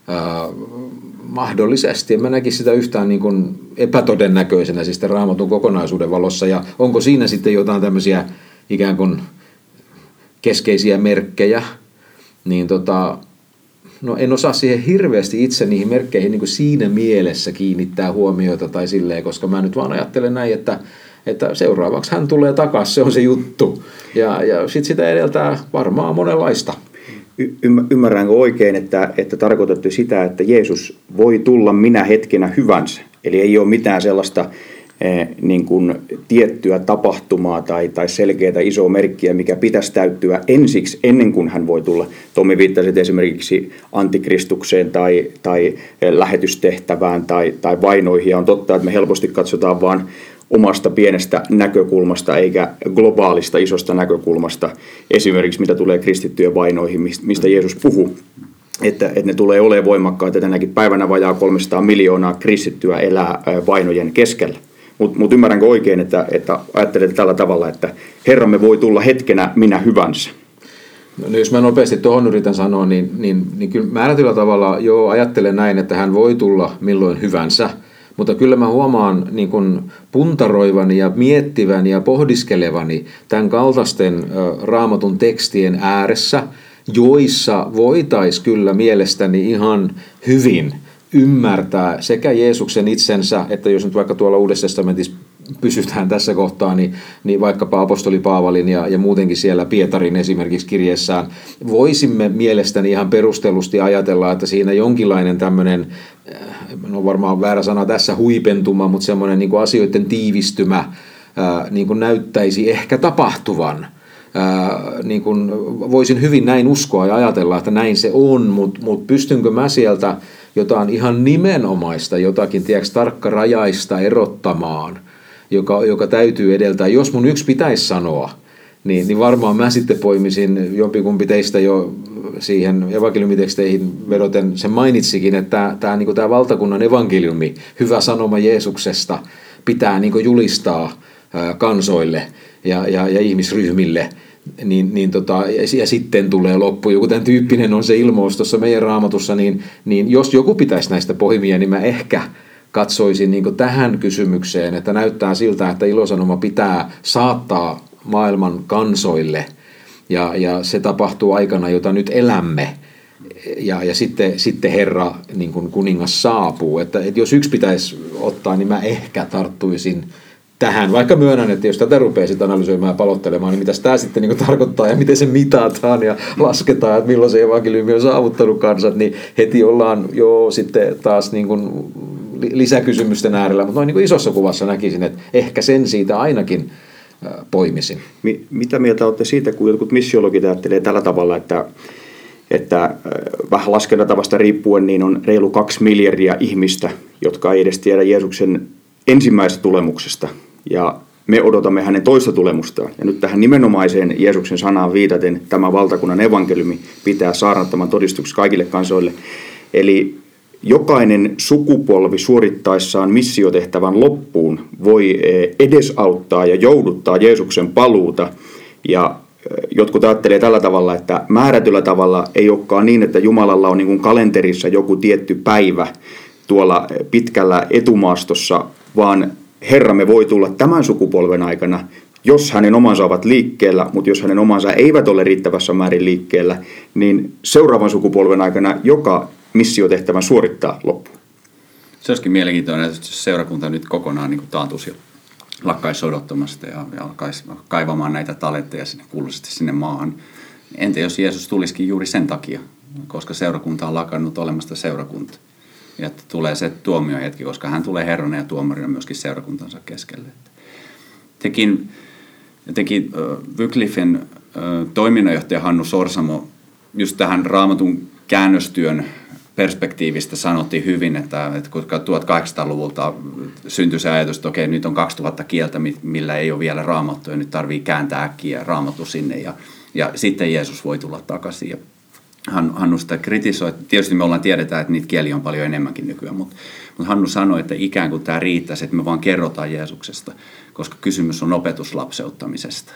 mahdollisesti. En mä näkisi sitä yhtään niin kuin epätodennäköisenä siis Raamatun kokonaisuuden valossa. Ja onko siinä sitten jotain tämmöisiä ikään kuin keskeisiä merkkejä, niin tota, no en osaa siihen hirveästi itse niihin merkkeihin niin kuin siinä mielessä kiinnittää huomiota tai silleen, koska mä nyt vaan ajattelen näin, että, että seuraavaksi hän tulee takaisin, se on se juttu. Ja, ja sitten sitä edeltää varmaan monenlaista. Ymmärränkö oikein, että, että tarkoitatte sitä, että Jeesus voi tulla minä hetkenä hyvänsä? Eli ei ole mitään sellaista eh, niin kuin tiettyä tapahtumaa tai, tai selkeää isoa merkkiä, mikä pitäisi täyttyä ensiksi ennen kuin hän voi tulla. Tommi viittasi esimerkiksi antikristukseen tai, tai lähetystehtävään tai, tai vainoihin. Ja on totta, että me helposti katsotaan vaan omasta pienestä näkökulmasta eikä globaalista isosta näkökulmasta, esimerkiksi mitä tulee kristittyjen vainoihin, mistä Jeesus puhuu, että, että ne tulee olemaan voimakkaita. Tänäkin päivänä vajaa kolmesataa miljoonaa kristittyä elää vainojen keskellä. Mutta mut ymmärränkö oikein, että, että ajattelet tällä tavalla, että Herramme voi tulla hetkenä minä hyvänsä? No, jos mä nopeasti tuohon yritän sanoa, niin, niin, niin kyllä määrätyllä tavalla jo ajattelen näin, että hän voi tulla milloin hyvänsä. Mutta kyllä mä huomaan niin kun puntaroivani ja miettiväni ja pohdiskelevani tämän kaltaisten ä, Raamatun tekstien ääressä, joissa voitaisiin kyllä mielestäni ihan hyvin ymmärtää sekä Jeesuksen itsensä, että jos nyt vaikka tuolla Uudessa testamentissa pysytään tässä kohtaa, niin, niin vaikkapa apostoli Paavalin ja, ja muutenkin siellä Pietarin esimerkiksi kirjeessään, voisimme mielestäni ihan perustellusti ajatella, että siinä jonkinlainen tämmöinen, no varmaan väärä sana tässä, huipentuma, mutta semmoinen niin kuin asioiden tiivistymä ää, niin kuin näyttäisi ehkä tapahtuvan. Ää, niin kuin voisin hyvin näin uskoa ja ajatella, että näin se on, mutta mut pystynkö mä sieltä jotain ihan nimenomaista, jotakin tiedätkö, tarkkarajaista erottamaan, joka, joka täytyy edeltää. Jos mun yksi pitäisi sanoa, niin, niin varmaan mä sitten poimisin jompikumpi teistä jo siihen evankeliumiteksteihin vedoten sen mainitsikin, että tämä niin tämä valtakunnan evankeliumi, hyvä sanoma Jeesuksesta, pitää niin julistaa ää, kansoille ja, ja, ja ihmisryhmille. Niin, niin tota, ja, ja sitten tulee loppu, joku tämän tyyppinen on se ilmaus tuossa meidän Raamatussa, niin, niin jos joku pitäisi näistä poimia, niin mä ehkä katsoisin niin tähän kysymykseen, että näyttää siltä, että ilosanoma pitää saattaa maailman kansoille, ja, ja se tapahtuu aikana, jota nyt elämme, ja, ja sitten, sitten Herra niin kuin kuningas saapuu, että, että jos yksi pitäisi ottaa, niin mä ehkä tarttuisin tähän, vaikka myönnän, että jos tätä rupeaa sitten analysoimaan ja palottelemaan, niin mitä tämä sitten niin kuin tarkoittaa ja miten se mitataan ja lasketaan, että milloin se evankeliumi on saavuttanut kansat, niin heti ollaan jo sitten taas niin kuin lisäkysymysten äärellä, mutta noin niin kuin isossa kuvassa näkisin, että ehkä sen siitä ainakin poimisin. Mitä mieltä olette siitä, kun jotkut missiologit ajattelee tällä tavalla, että, että vähän laskentatavasta riippuen niin on reilu kaksi miljardia ihmistä, jotka ei edes tiedä Jeesuksen ensimmäisestä tulemuksesta, ja me odotamme hänen toista tulemustaan. Ja nyt tähän nimenomaiseen Jeesuksen sanaan viitaten tämä valtakunnan evankeliumi pitää saarnattaman todistukseksi kaikille kansoille. Eli jokainen sukupolvi suorittaessaan missiotehtävän loppuun voi edesauttaa ja jouduttaa Jeesuksen paluuta. Ja jotkut ajattelee tällä tavalla, että määrätyllä tavalla ei olekaan niin, että Jumalalla on niin kuin kalenterissa joku tietty päivä tuolla pitkällä etumaastossa, vaan Herramme voi tulla tämän sukupolven aikana, jos hänen omansa ovat liikkeellä, mutta jos hänen omansa eivät ole riittävässä määrin liikkeellä, niin seuraavan sukupolven aikana joka missiotehtävän suorittaa loppuun. Se olisikin mielenkiintoinen, että seurakunta nyt kokonaan niin taantuisi ja lakkaisi odottamasta ja, ja alkaisi kaivamaan näitä talentteja sinne kuuluisesti sinne maahan. Entä jos Jeesus tulisikin juuri sen takia, koska seurakunta on lakannut olemasta seurakunta. Ja tulee se tuomiohetki, koska hän tulee herrana ja tuomarina myöskin seurakuntansa keskelle. Tekin, tekin äh, Wycliffen äh, toiminnanjohtaja Hannu Sorsamo just tähän Raamatun käännöstyön perspektiivistä sanottiin hyvin, että, että kun tuhatkahdeksansataaluvulta syntyi se ajatus, että okei, nyt on kaksituhatta kieltä, millä ei ole vielä raamattua, ja nyt tarvii kääntää äkkiä raamattu sinne, ja, ja sitten Jeesus voi tulla takaisin. Ja Hannu sitä kritisoi. Tietysti me ollaan tiedetään, että niitä kieliä on paljon enemmänkin nykyään, mutta, mutta Hannu sanoi, että ikään kuin tämä riittäisi, että me vaan kerrotaan Jeesuksesta, koska kysymys on opetuslapseuttamisesta.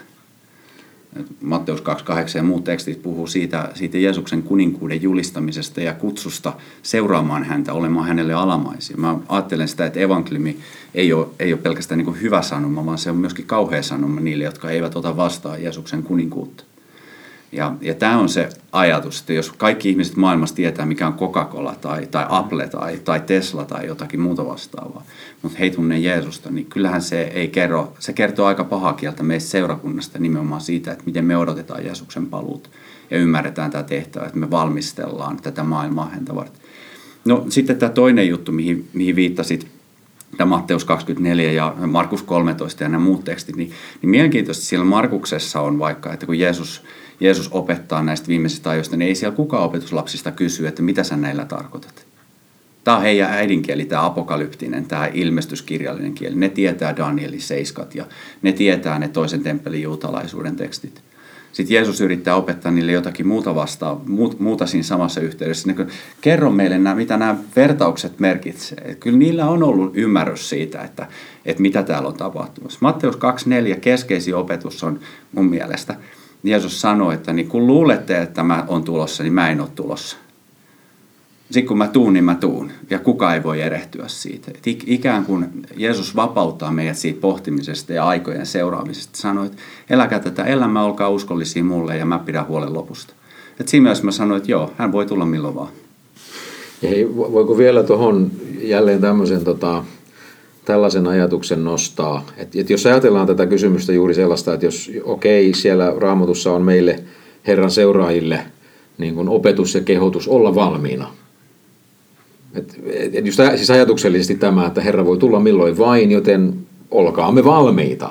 Matteus kaksikymmentäkahdeksan ja muut tekstit puhuu siitä, siitä Jeesuksen kuninkuuden julistamisesta ja kutsusta seuraamaan häntä, olemaan hänelle alamaisia. Mä ajattelen sitä, että evankeliumi ei ole, ei ole pelkästään niin kuin hyvä sanoma, vaan se on myöskin kauhea sanoma niille, jotka eivät ota vastaan Jeesuksen kuninkuutta. Ja, ja tämä on se ajatus, että jos kaikki ihmiset maailmassa tietää, mikä on Coca-Cola tai, tai Apple tai, tai Tesla tai jotakin muuta vastaavaa, mutta he ei tunne Jeesusta, niin kyllähän se ei kerro, se kertoo aika pahaa kieltä meistä seurakunnasta nimenomaan siitä, että miten me odotetaan Jeesuksen paluuta ja ymmärretään tämä tehtävä, että me valmistellaan tätä maailmaa häntä varten. No sitten tämä toinen juttu, mihin, mihin viittasit, tämä Matteus kaksikymmentäneljä ja Markus kolmetoista ja nämä muut tekstit, niin, niin mielenkiintoisesti siellä Markuksessa on vaikka, että kun Jeesus Jeesus opettaa näistä viimeisistä ajoista, niin ei siellä kukaan opetuslapsista kysy, että mitä sä näillä tarkoitat. Tämä on heidän äidinkieli, tämä apokalyptinen, tämä ilmestyskirjallinen kieli. Ne tietää Danielin seiskat ja ne tietää ne toisen temppelin juutalaisuuden tekstit. Sitten Jeesus yrittää opettaa niille jotakin muuta vastaan, muuta siinä samassa yhteydessä. Kerro meille, nämä, mitä nämä vertaukset merkitsevät. Kyllä niillä on ollut ymmärrys siitä, että, että mitä täällä on tapahtumassa. Matteus kaksikymmentäneljä keskeisin opetus on mun mielestä. Jeesus sanoi, että niin kun luulette, että mä oon tulossa, niin mä en ole tulossa. Sitten kun mä tuun, niin mä tuun. Ja kukaan ei voi erehtyä siitä. Et ikään kuin Jeesus vapauttaa meidät siitä pohtimisesta ja aikojen seuraamisesta. Sanoi, että eläkää tätä elämää, olkaa uskollisia mulle ja mä pidän huolen lopusta. Et siinä mielessä mä sanoin, että joo, hän voi tulla milloin vaan. Ja hei, voiko vielä tuohon jälleen tämmöisen tota, tällaisen ajatuksen nostaa, että, että jos ajatellaan tätä kysymystä juuri sellaista, että jos okei, siellä Raamatussa on meille Herran seuraajille niin kuin opetus ja kehotus olla valmiina. Et, et just siis ajatuksellisesti tämä, että Herra voi tulla milloin vain, joten olkaamme valmiita.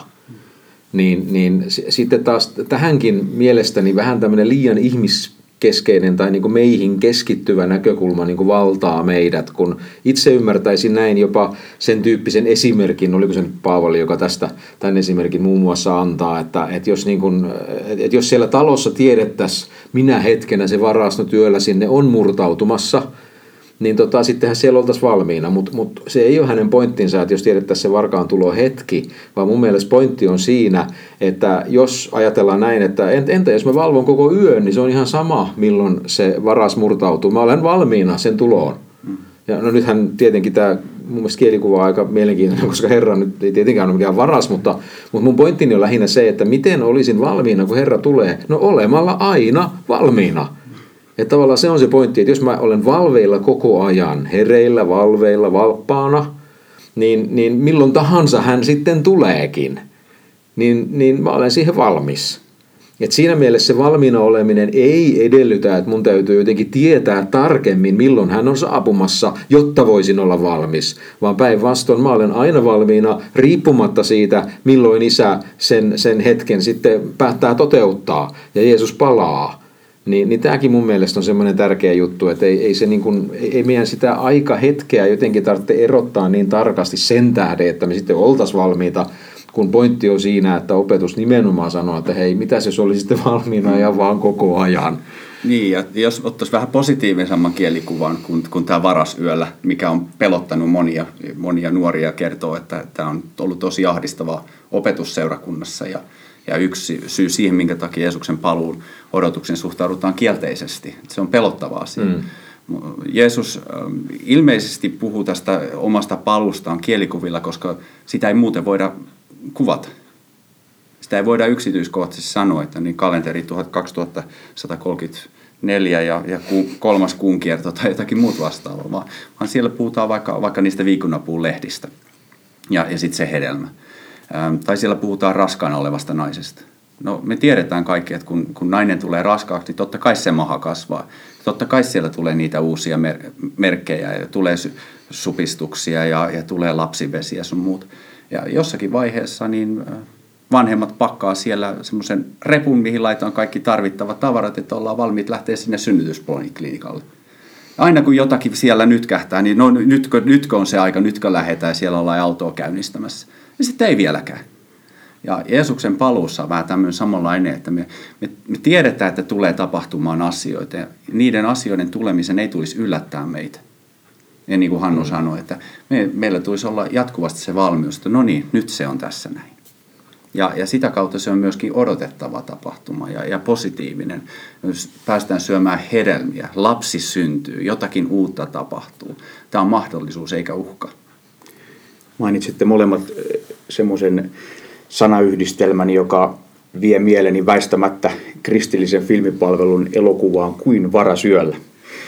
Niin, niin sitten taas tähänkin mielestäni vähän tämmöinen liian ihmiskeskeinen tai niin kuin meihin keskittyvä näkökulma niin kuin valtaa meidät, kun itse ymmärtäisin näin jopa sen tyyppisen esimerkin, oliko se nyt Paavali, joka tästä tämän esimerkin muun muassa antaa, että, että, jos, niin kuin, että jos siellä talossa tiedettäisiin, minä hetkenä se varastotyöllä sinne on murtautumassa, niin tota, sittenhän siellä oltaisiin valmiina, mutta mut se ei ole hänen pointtinsa, että jos tiedettäisiin se varkaan tulo hetki, vaan mun mielestä pointti on siinä, että jos ajatellaan näin, että entä jos mä valvon koko yön, niin se on ihan sama, milloin se varas murtautuu. Mä olen valmiina sen tuloon. Ja no nythän tietenkin tämä mun mielestä kielikuva on aika mielenkiintoinen, koska Herra nyt ei tietenkään ole mikään varas, mutta, mutta mun pointtini on lähinnä se, että miten olisin valmiina, kun Herra tulee. No olemalla aina valmiina. Että tavallaan se on se pointti, että jos mä olen valveilla koko ajan, hereillä, valveilla, valppaana, niin, niin milloin tahansa hän sitten tuleekin, niin, niin mä olen siihen valmis. Et siinä mielessä se valmiina oleminen ei edellytä, että mun täytyy jotenkin tietää tarkemmin, milloin hän on saapumassa, jotta voisin olla valmis. Vaan päinvastoin mä olen aina valmiina riippumatta siitä, milloin Isä sen, sen hetken sitten päättää toteuttaa ja Jeesus palaa. Niin, niin tämäkin mun mielestä on semmoinen tärkeä juttu, että ei, ei, se niin kuin, ei meidän sitä aikahetkeä jotenkin tarvitse erottaa niin tarkasti sen tähden, että me sitten oltaisiin valmiita, kun pointti on siinä, että opetus nimenomaan sanoo, että hei, mitäs jos olisi sitten valmiina ja vaan koko ajan. Niin, ja jos ottaisiin vähän positiivisemman kielikuvan kuin, kuin tämä varasyöllä, mikä on pelottanut monia, monia nuoria, kertoo, että tämä on ollut tosi ahdistavaa opetusseurakunnassa ja Ja yksi syy siihen, minkä takia Jeesuksen paluun odotuksen suhtaudutaan kielteisesti. Se on pelottava asia. Mm. Jeesus ilmeisesti puhuu tästä omasta paluustaan kielikuvilla, koska sitä ei muuten voida kuvata. Sitä ei voida yksityiskohtaisesti sanoa, että niin kalenteri kaksituhattasatakolmekymmentäneljä ja, ja ku, kolmas kuunkierto tai jotakin muut vastaavaa, vaan, vaan siellä puhutaan vaikka, vaikka niistä viikunapuun lehdistä ja, ja sitten se hedelmä. Ähm, tai siellä puhutaan raskaana olevasta naisesta. No me tiedetään kaikki, että kun, kun nainen tulee raskaaksi, niin totta kai se maha kasvaa. Totta kai siellä tulee niitä uusia mer- merkkejä ja tulee supistuksia ja, ja tulee lapsivesiä sun muut. Ja jossakin vaiheessa niin vanhemmat pakkaa siellä semmoisen repun, mihin laitetaan kaikki tarvittavat tavarat, että ollaan valmiit lähteä sinne synnytyspoliklinikalle. Aina kun jotakin siellä nytkähtää, niin no nytkö, nytkö on se aika, nytkö lähdetään ja siellä ollaan autoa käynnistämässä. Ja sitten ei vieläkään. Ja Jeesuksen paluussa on vähän tämmöinen samanlainen, että me, me, me tiedetään, että tulee tapahtumaan asioita. Ja niiden asioiden tulemisen ei tulisi yllättää meitä. Ja niin kuin Hannu mm. sanoi, että me, meillä tulisi olla jatkuvasti se valmius, että no niin, nyt se on tässä näin. Ja, ja sitä kautta se on myöskin odotettava tapahtuma ja, ja positiivinen. Jos päästään syömään hedelmiä, lapsi syntyy, jotakin uutta tapahtuu. Tämä on mahdollisuus eikä uhka. Mainitsitte molemmat semmoisen sanayhdistelmän, joka vie mieleni väistämättä kristillisen filmipalvelun elokuvaan Kuin varasyöllä.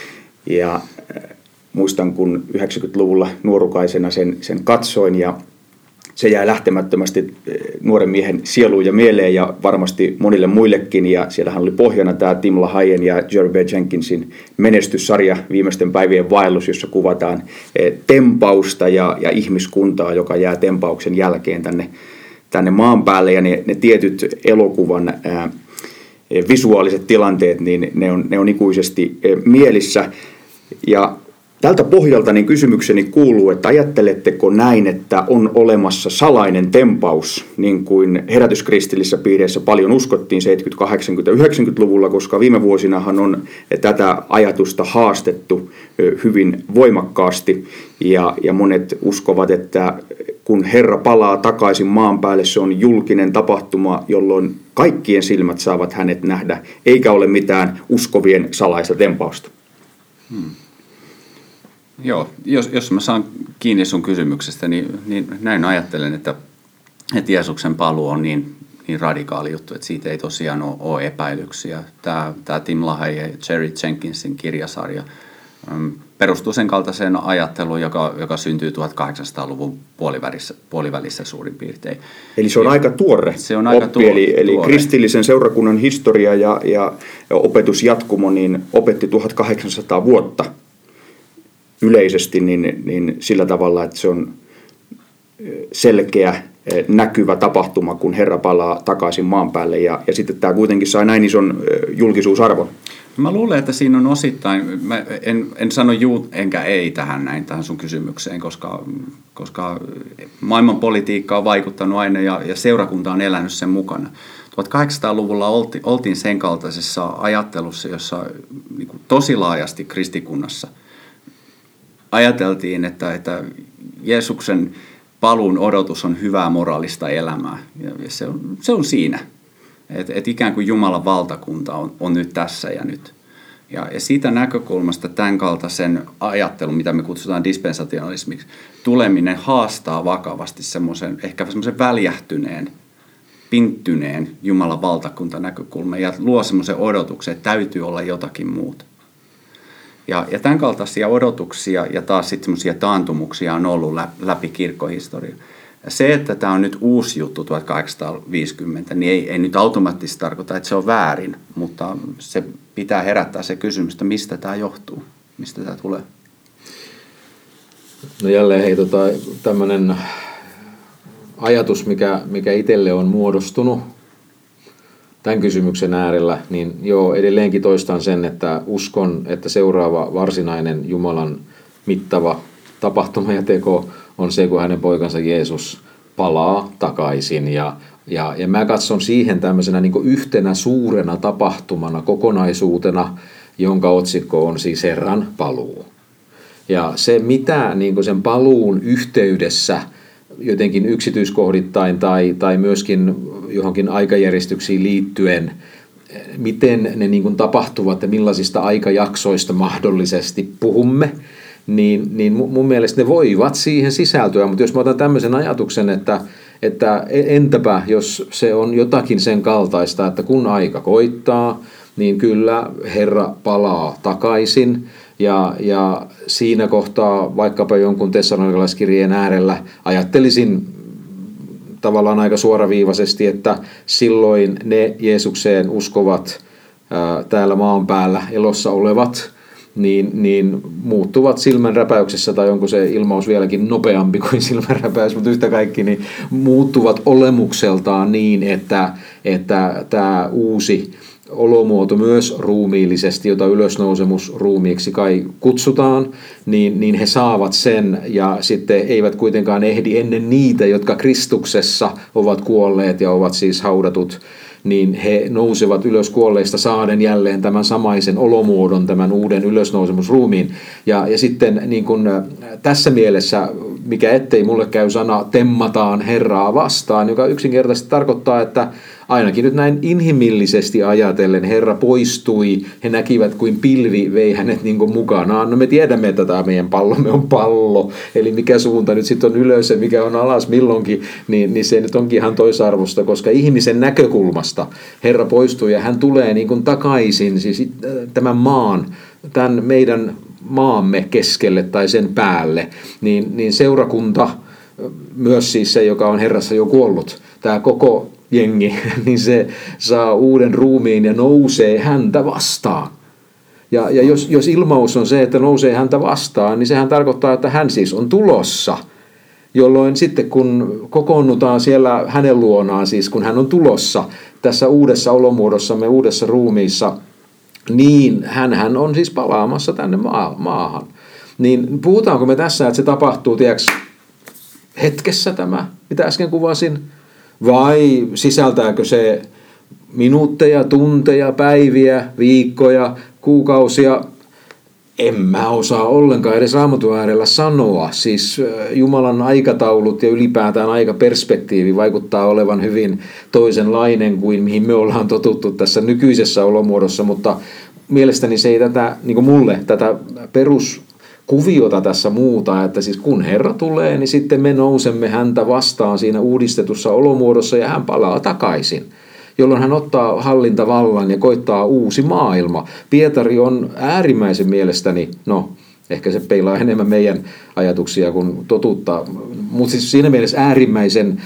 Ja muistan, kun yhdeksänkymmentäluvulla nuorukaisena sen, sen katsoin ja se jäi lähtemättömästi nuoren miehen sieluun ja mieleen ja varmasti monille muillekin. Ja siellähän oli pohjana tämä Tim LaHayen ja Jerry B. Jenkinsin menestyssarja Viimeisten päivien vaellus, jossa kuvataan tempausta ja, ja ihmiskuntaa, joka jää tempauksen jälkeen tänne, tänne maan päälle. Ja ne, ne tietyt elokuvan ää, visuaaliset tilanteet, niin ne on, ne on ikuisesti ää, mielissä. Ja tältä pohjalta niin kysymykseni kuuluu, että ajatteletteko näin, että on olemassa salainen tempaus, niin kuin herätyskristillisessä piireissä paljon uskottiin seitsemänkymmentä-, kahdeksankymmentä-, yhdeksänkymmentäluvulla, koska viime vuosinahan on tätä ajatusta haastettu hyvin voimakkaasti ja, ja monet uskovat, että kun Herra palaa takaisin maan päälle, se on julkinen tapahtuma, jolloin kaikkien silmät saavat hänet nähdä, eikä ole mitään uskovien salaista tempausta. Hmm. Joo, jos, jos mä saan kiinni sun kysymyksestä, niin, niin näin ajattelen, että, että Jeesuksen paluu on niin, niin radikaali juttu, että siitä ei tosiaan ole, ole epäilyksiä. Tämä, tämä Tim LaHaye ja Jerry Jenkinsin kirjasarja perustuu sen kaltaiseen ajatteluun, joka, joka syntyy tuhatkahdeksansataaluvun puolivälissä, puolivälissä suurin piirtein. Eli se on aika tuore se on aika oppi, tuore, eli, eli tuore. kristillisen seurakunnan historia ja, ja, ja opetusjatkumo niin opetti tuhatkahdeksansataa vuotta yleisesti niin, niin sillä tavalla, että se on selkeä, näkyvä tapahtuma, kun Herra palaa takaisin maan päälle ja, ja sitten tämä kuitenkin sai näin ison julkisuusarvon. Mä luulen, että siinä on osittain, mä en, en sano juu enkä ei tähän näin tähän sun kysymykseen, koska, koska maailmanpolitiikka on vaikuttanut aina ja, ja seurakunta on elänyt sen mukana. tuhatkahdeksansataaluvulla olti, oltiin sen kaltaisessa ajattelussa, jossa niin kuin tosi laajasti kristikunnassa ajateltiin, että, että Jeesuksen paluun odotus on hyvää moraalista elämää ja se on, se on siinä. Että et ikään kuin Jumalan valtakunta on, on nyt tässä ja nyt. Ja, ja siitä näkökulmasta tämän kaltaisen ajattelun, mitä me kutsutaan dispensationalismiksi, tuleminen haastaa vakavasti semmoisen, ehkä semmoisen väljähtyneen, pinttyneen Jumalan valtakuntanäkökulman ja luo semmoisen odotuksen, että täytyy olla jotakin muuta. Ja, ja tämän kaltaisia odotuksia ja taas sitten semmoisia taantumuksia on ollut läpi kirkkohistoria. Ja se, että tämä on nyt uusi juttu tuhatkahdeksansataaviisikymmentä, niin ei, ei nyt automaattisesti tarkoita, että se on väärin, mutta se pitää herättää se kysymys, että mistä tämä johtuu, mistä tämä tulee. No jälleen hei, tota, tämmöinen ajatus, mikä, mikä itselle on muodostunut tämän kysymyksen äärellä, niin joo, edelleenkin toistan sen, että uskon, että seuraava varsinainen Jumalan mittava tapahtuma ja teko on se, kun hänen poikansa Jeesus palaa takaisin. Ja, ja, ja mä katson siihen tämmöisenä niin kuin yhtenä suurena tapahtumana, kokonaisuutena, jonka otsikko on siis Herran paluu. Ja se, mitä niin kuin sen paluun yhteydessä jotenkin yksityiskohdittain tai, tai myöskin johonkin aikajärjestyksiin liittyen, miten ne niin kuin tapahtuvat ja millaisista aikajaksoista mahdollisesti puhumme, niin, niin mun mielestä ne voivat siihen sisältyä. Mutta jos mä otan tämmöisen ajatuksen, että, että entäpä jos se on jotakin sen kaltaista, että kun aika koittaa, niin kyllä Herra palaa takaisin. Ja, ja siinä kohtaa vaikkapa jonkun tessalonikalaiskirjeen äärellä ajattelisin tavallaan aika suoraviivaisesti, että silloin ne Jeesukseen uskovat ää, täällä maan päällä elossa olevat, niin, niin muuttuvat silmänräpäyksessä, tai onko se ilmaus vieläkin nopeampi kuin silmänräpäys, mutta yhtä kaikki, niin muuttuvat olemukseltaan niin, että, että tämä uusi olomuoto myös ruumiillisesti, jota ylösnousemusruumiiksi kai kutsutaan, niin, niin he saavat sen ja sitten eivät kuitenkaan ehdi ennen niitä, jotka Kristuksessa ovat kuolleet ja ovat siis haudatut, niin he nousevat ylös kuolleista saaden jälleen tämän samaisen olomuodon, tämän uuden ylösnousemusruumiin. Ja, ja sitten niin kun, tässä mielessä, mikä ettei mulle käy sana, temmataan Herraa vastaan, joka yksinkertaisesti tarkoittaa, että ainakin nyt näin inhimillisesti ajatellen Herra poistui, he näkivät kuin pilvi vei hänet niin kuin mukanaan. No me tiedämme, että tämä meidän pallomme on pallo, eli mikä suunta nyt sitten on ylös ja mikä on alas milloinkin, niin, niin se nyt onkin ihan toisarvosta, koska ihmisen näkökulmasta Herra poistui ja hän tulee niin kuin takaisin siis tämän maan, tämän meidän maamme keskelle tai sen päälle, niin, niin seurakunta, myös siis se, joka on Herrassa jo kuollut, tämä koko jengi, niin se saa uuden ruumiin ja nousee häntä vastaan. Ja, ja jos, jos ilmaus on se, että nousee häntä vastaan, niin sehän tarkoittaa, että hän siis on tulossa. Jolloin sitten kun kokoonnutaan siellä hänen luonaan, siis kun hän on tulossa tässä uudessa olomuodossamme, uudessa ruumiissa, niin hän on siis palaamassa tänne maahan. Niin puhutaanko me tässä, että se tapahtuu, tiedätkö, hetkessä tämä, mitä äsken kuvasin? Vai sisältääkö se minuutteja, tunteja, päiviä, viikkoja, kuukausia? En mä osaa ollenkaan edes Raamatun äärellä sanoa. Siis Jumalan aikataulut ja ylipäätään aikaperspektiivi vaikuttaa olevan hyvin toisenlainen kuin mihin me ollaan totuttu tässä nykyisessä olomuodossa, mutta mielestäni se ei tätä, niin kuin mulle, tätä perus kuviota tässä muuta, että siis kun Herra tulee, niin sitten me nousemme häntä vastaan siinä uudistetussa olomuodossa ja hän palaa takaisin, jolloin hän ottaa hallintavallan ja koittaa uusi maailma. Pietari on äärimmäisen mielestäni, no Ehkä se peilaa enemmän meidän ajatuksia kuin totuutta, mutta siis siinä mielessä äärimmäisen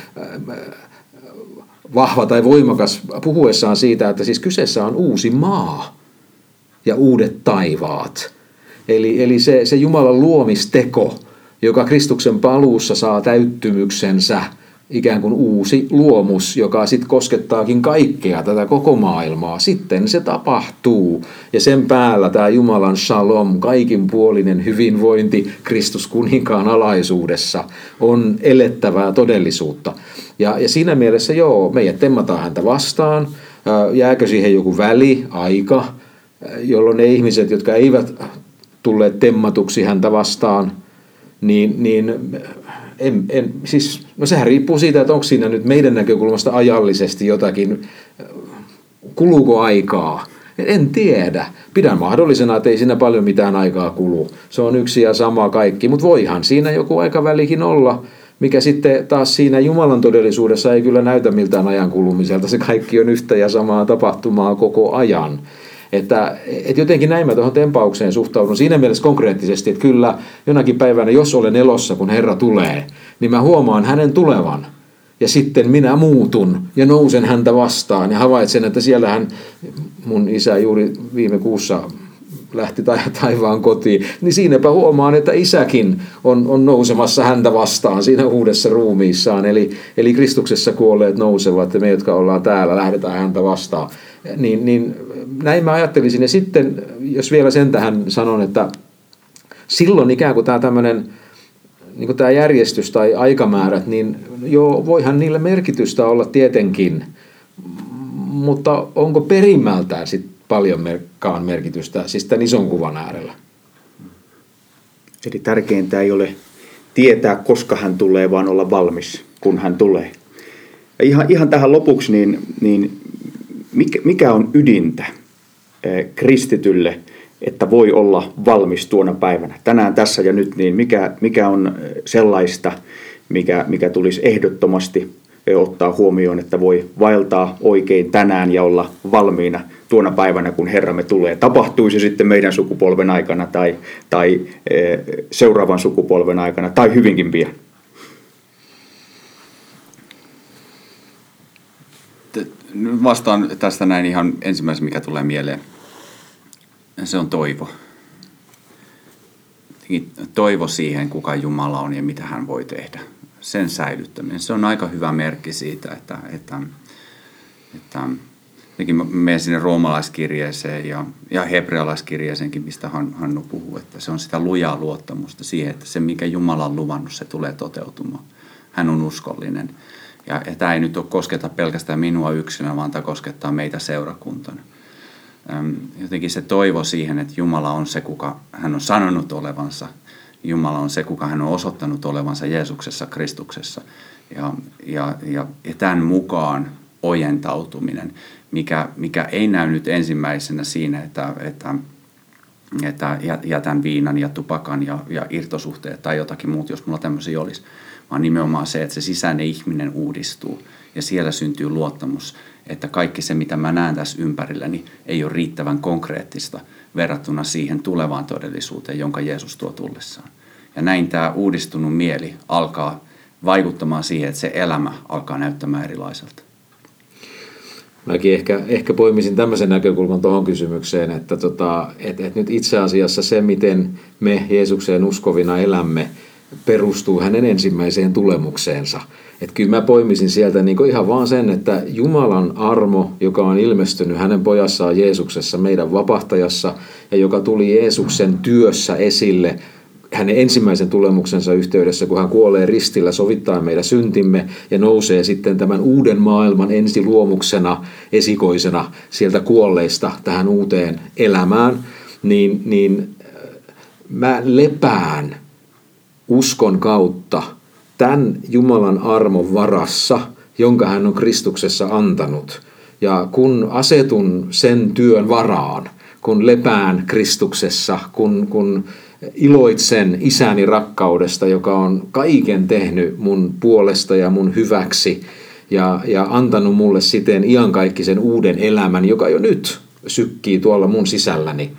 vahva tai voimakas puhuessaan siitä, että siis kyseessä on uusi maa ja uudet taivaat. Eli, eli se, se Jumalan luomisteko, joka Kristuksen paluussa saa täyttymyksensä, ikään kuin uusi luomus, joka sitten koskettaakin kaikkea tätä koko maailmaa. Sitten se tapahtuu. Ja sen päällä tämä Jumalan shalom, kaikinpuolinen hyvinvointi Kristus kuninkaan alaisuudessa on elettävää todellisuutta. Ja, ja siinä mielessä joo, meidät temmataan häntä vastaan. Jääkö siihen joku väli, aika, jolloin ne ihmiset, jotka eivät tulleet temmatuksi häntä vastaan, niin... niin En, en, siis, no sehän riippuu siitä, että onko siinä nyt meidän näkökulmasta ajallisesti jotakin, kuluuko aikaa. En tiedä. Pidän mahdollisena, että ei siinä paljon mitään aikaa kulu. Se on yksi ja sama kaikki, mutta voihan siinä joku aikavälikin olla, mikä sitten taas siinä Jumalan todellisuudessa ei kyllä näytä miltään ajan kulumiselta. Se kaikki on yhtä ja samaa tapahtumaa koko ajan. Että, että jotenkin näin mä tuohon tempaukseen suhtaudun siinä mielessä konkreettisesti, että kyllä jonakin päivänä, jos olen elossa, kun Herra tulee, niin mä huomaan hänen tulevan. Ja sitten minä muutun ja nousen häntä vastaan ja havaitsen, että siellähän mun isä juuri viime kuussa lähti taivaan kotiin, niin siinäpä huomaan, että isäkin on, on nousemassa häntä vastaan siinä uudessa ruumiissaan. Eli, eli Kristuksessa kuolleet nousevat ja me, jotka ollaan täällä, lähdetään häntä vastaan. Niin, niin näin mä ajattelisin. Ja sitten, jos vielä sen tähän sanon, että silloin ikään kuin tämä tämmöinen niin kuin tämä järjestys tai aikamäärät, niin joo, voihan niillä merkitystä olla tietenkin, mutta onko perimmältään sitten paljonkaan merkitystä, siis tämän ison kuvan äärellä? Eli tärkeintä ei ole tietää, koska hän tulee, vaan olla valmis, kun hän tulee. Ja ihan, ihan tähän lopuksi, niin, niin mikä, mikä on ydintä eh, kristitylle, että voi olla valmis tuona päivänä? Tänään, tässä ja nyt, niin mikä, mikä on sellaista, mikä, mikä tulisi ehdottomasti ottaa huomioon, että voi vaeltaa oikein tänään ja olla valmiina tuona päivänä, kun Herramme tulee. Tapahtuisi sitten meidän sukupolven aikana tai, tai e, seuraavan sukupolven aikana tai hyvinkin pian. Nyt vastaan tästä näin ihan ensimmäisen, mikä tulee mieleen. Se on toivo. Toivo siihen, kuka Jumala on ja mitä hän voi tehdä. Sen säilyttäminen. Se on aika hyvä merkki siitä, että, että, että mä menen sinne roomalaiskirjeeseen ja, ja hebrealaiskirjeeseenkin, mistä Hannu puhuu, että se on sitä lujaa luottamusta siihen, että se, mikä Jumala on luvannut, se tulee toteutumaan. Hän on uskollinen. Ja, ja tämä ei nyt ole kosketa pelkästään minua yksinä, vaan tämä koskettaa meitä seurakuntana. Jotenkin se toivo siihen, että Jumala on se, kuka hän on sanonut olevansa. Jumala on se, kuka hän on osoittanut olevansa Jeesuksessa, Kristuksessa. Ja, ja, ja, ja tämän mukaan ojentautuminen, mikä, mikä ei näy nyt ensimmäisenä siinä, että, että, että jätän viinan ja tupakan ja, ja irtosuhteet tai jotakin muuta, jos mulla tämmöisiä olisi, vaan nimenomaan se, että se sisäinen ihminen uudistuu ja siellä syntyy luottamus, että kaikki se, mitä mä näen tässä ympärilläni, ei ole riittävän konkreettista verrattuna siihen tulevaan todellisuuteen, jonka Jeesus tuo tullessaan. Ja näin tämä uudistunut mieli alkaa vaikuttamaan siihen, että se elämä alkaa näyttämään erilaiselta. Mäkin ehkä, ehkä poimisin tämmöisen näkökulman tuohon kysymykseen, että tota, et, et nyt itse asiassa se, miten me Jeesukseen uskovina elämme, perustuu hänen ensimmäiseen tulemukseensa. Että kyllä mä poimisin sieltä niin ihan vaan sen, että Jumalan armo, joka on ilmestynyt hänen pojassaan Jeesuksessa, meidän vapahtajassa, ja joka tuli Jeesuksen työssä esille hänen ensimmäisen tulemuksensa yhteydessä, kun hän kuolee ristillä, sovittaa meidän syntimme ja nousee sitten tämän uuden maailman ensiluomuksena, esikoisena sieltä kuolleista tähän uuteen elämään, niin, niin mä lepään uskon kautta tämän Jumalan armon varassa, jonka hän on Kristuksessa antanut. Ja kun asetun sen työn varaan, kun lepään Kristuksessa, kun, kun iloitsen isäni rakkaudesta, joka on kaiken tehnyt mun puolesta ja mun hyväksi ja, ja antanut mulle siten iankaikkisen uuden elämän, joka jo nyt sykkii tuolla mun sisälläni,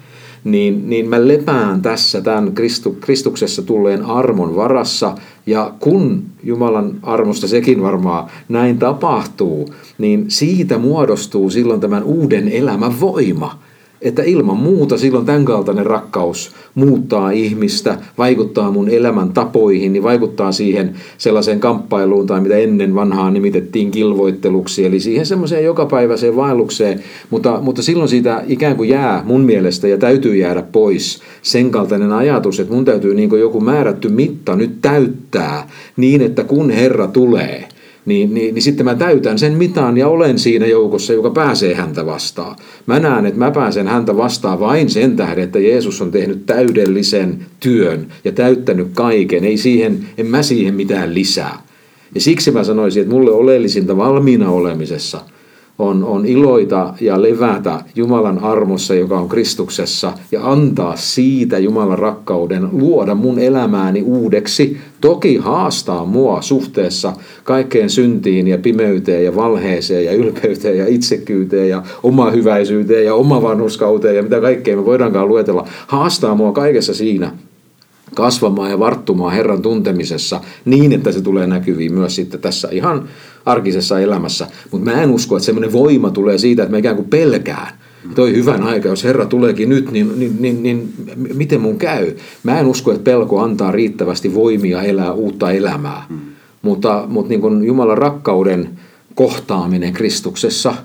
niin, niin mä lepään tässä tämän Kristu, Kristuksessa tulleen armon varassa. Ja kun Jumalan armosta sekin varmaan näin tapahtuu, niin siitä muodostuu silloin tämän uuden elämän voima. Että ilman muuta silloin tämän kaltainen rakkaus muuttaa ihmistä, vaikuttaa mun elämän tapoihin, niin vaikuttaa siihen sellaiseen kamppailuun tai mitä ennen vanhaa nimitettiin kilvoitteluksi, eli siihen semmoiseen jokapäiväiseen vaellukseen, mutta, mutta silloin siitä ikään kuin jää mun mielestä ja täytyy jäädä pois sen kaltainen ajatus, että mun täytyy niin kuin joku määrätty mitta nyt täyttää niin, että kun Herra tulee, Niin, niin, niin sitten mä täytän sen mitan ja olen siinä joukossa, joka pääsee häntä vastaan. Mä näen, että mä pääsen häntä vastaan vain sen tähden, että Jeesus on tehnyt täydellisen työn ja täyttänyt kaiken. Ei siihen, en mä siihen mitään lisää. Ja siksi mä sanoisin, että mulle oleellisinta valmiina olemisessa on, on iloita ja levätä Jumalan armossa, joka on Kristuksessa, ja antaa siitä Jumalan rakkauden luoda mun elämääni uudeksi. Toki haastaa mua suhteessa kaikkeen syntiin ja pimeyteen ja valheeseen ja ylpeyteen ja itsekyyteen ja omahyväisyyteen ja omavanhuskauteen ja mitä kaikkea me voidaankaan luetella. Haastaa mua kaikessa siinä kasvamaan ja varttumaan Herran tuntemisessa niin, että se tulee näkyviin myös sitten tässä ihan arkisessa elämässä. Mutta mä en usko, että semmoinen voima tulee siitä, että mä ikään kuin pelkään. Toi hyvän aika, jos Herra tuleekin nyt, niin, niin, niin, niin miten mun käy? Mä en usko, että pelko antaa riittävästi voimia elää uutta elämää. Mm. Mutta, mutta niin kuin Jumalan rakkauden kohtaaminen Kristuksessa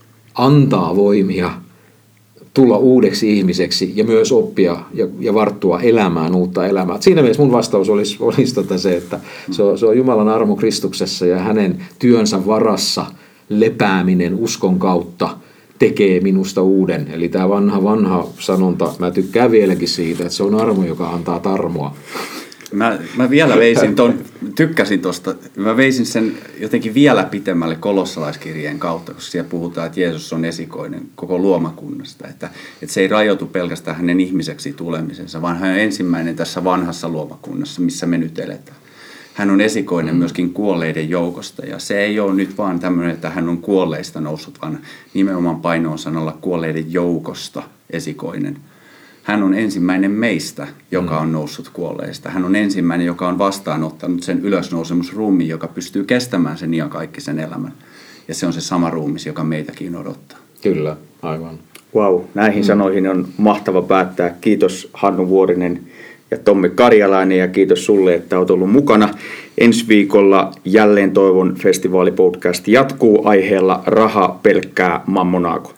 antaa voimia tulla uudeksi ihmiseksi ja myös oppia ja, ja varttua elämään uutta elämää. Siinä mielessä mun vastaus olisi, olisi tota se, että se on, se on Jumalan armo Kristuksessa ja hänen työnsä varassa lepääminen uskon kautta tekee minusta uuden. Eli tämä vanha vanha sanonta, mä tykkään vieläkin siitä, että se on armo, joka antaa tarmoa. Mä, mä vielä veisin ton, tykkäsin tosta, mä veisin sen jotenkin vielä pitemmälle kolossalaiskirjeen kautta, koska siellä puhutaan, että Jeesus on esikoinen koko luomakunnasta, että, että se ei rajoitu pelkästään hänen ihmiseksi tulemisensa, vaan hän on ensimmäinen tässä vanhassa luomakunnassa, missä me nyt eletään. Hän on esikoinen myöskin kuolleiden joukosta, ja se ei ole nyt vaan tämmöinen, että hän on kuolleista noussut, vaan nimenomaan paino on sanalla kuolleiden joukosta esikoinen. Hän on ensimmäinen meistä, joka on noussut kuolleista. Hän on ensimmäinen, joka on vastaanottanut sen ylösnousemusruumiin, joka pystyy kestämään sen iankaikkisen elämän. Ja se on se sama ruumis, joka meitäkin odottaa. Kyllä, aivan. Wow, näihin mm. sanoihin on mahtava päättää. Kiitos Hannu Vuorinen ja Tommi Karjalainen ja kiitos sulle, että olet ollut mukana. Ensi viikolla jälleen Toivon festivaalipodcast jatkuu aiheella Raha pelkkää mammonaako.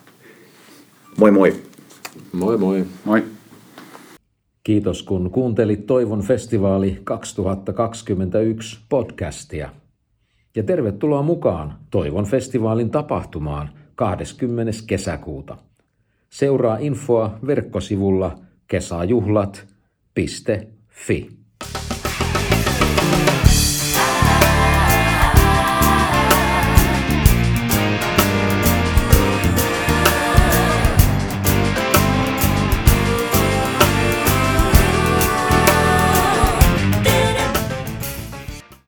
Moi moi. Moi moi. Moi. Kiitos kun kuuntelit Toivon festivaali kaksituhattakaksikymmentäyksi podcastia. Ja tervetuloa mukaan Toivon festivaalin tapahtumaan kahdeskymmenes kesäkuuta. Seuraa infoa verkkosivulla kesäjuhlat piste fi.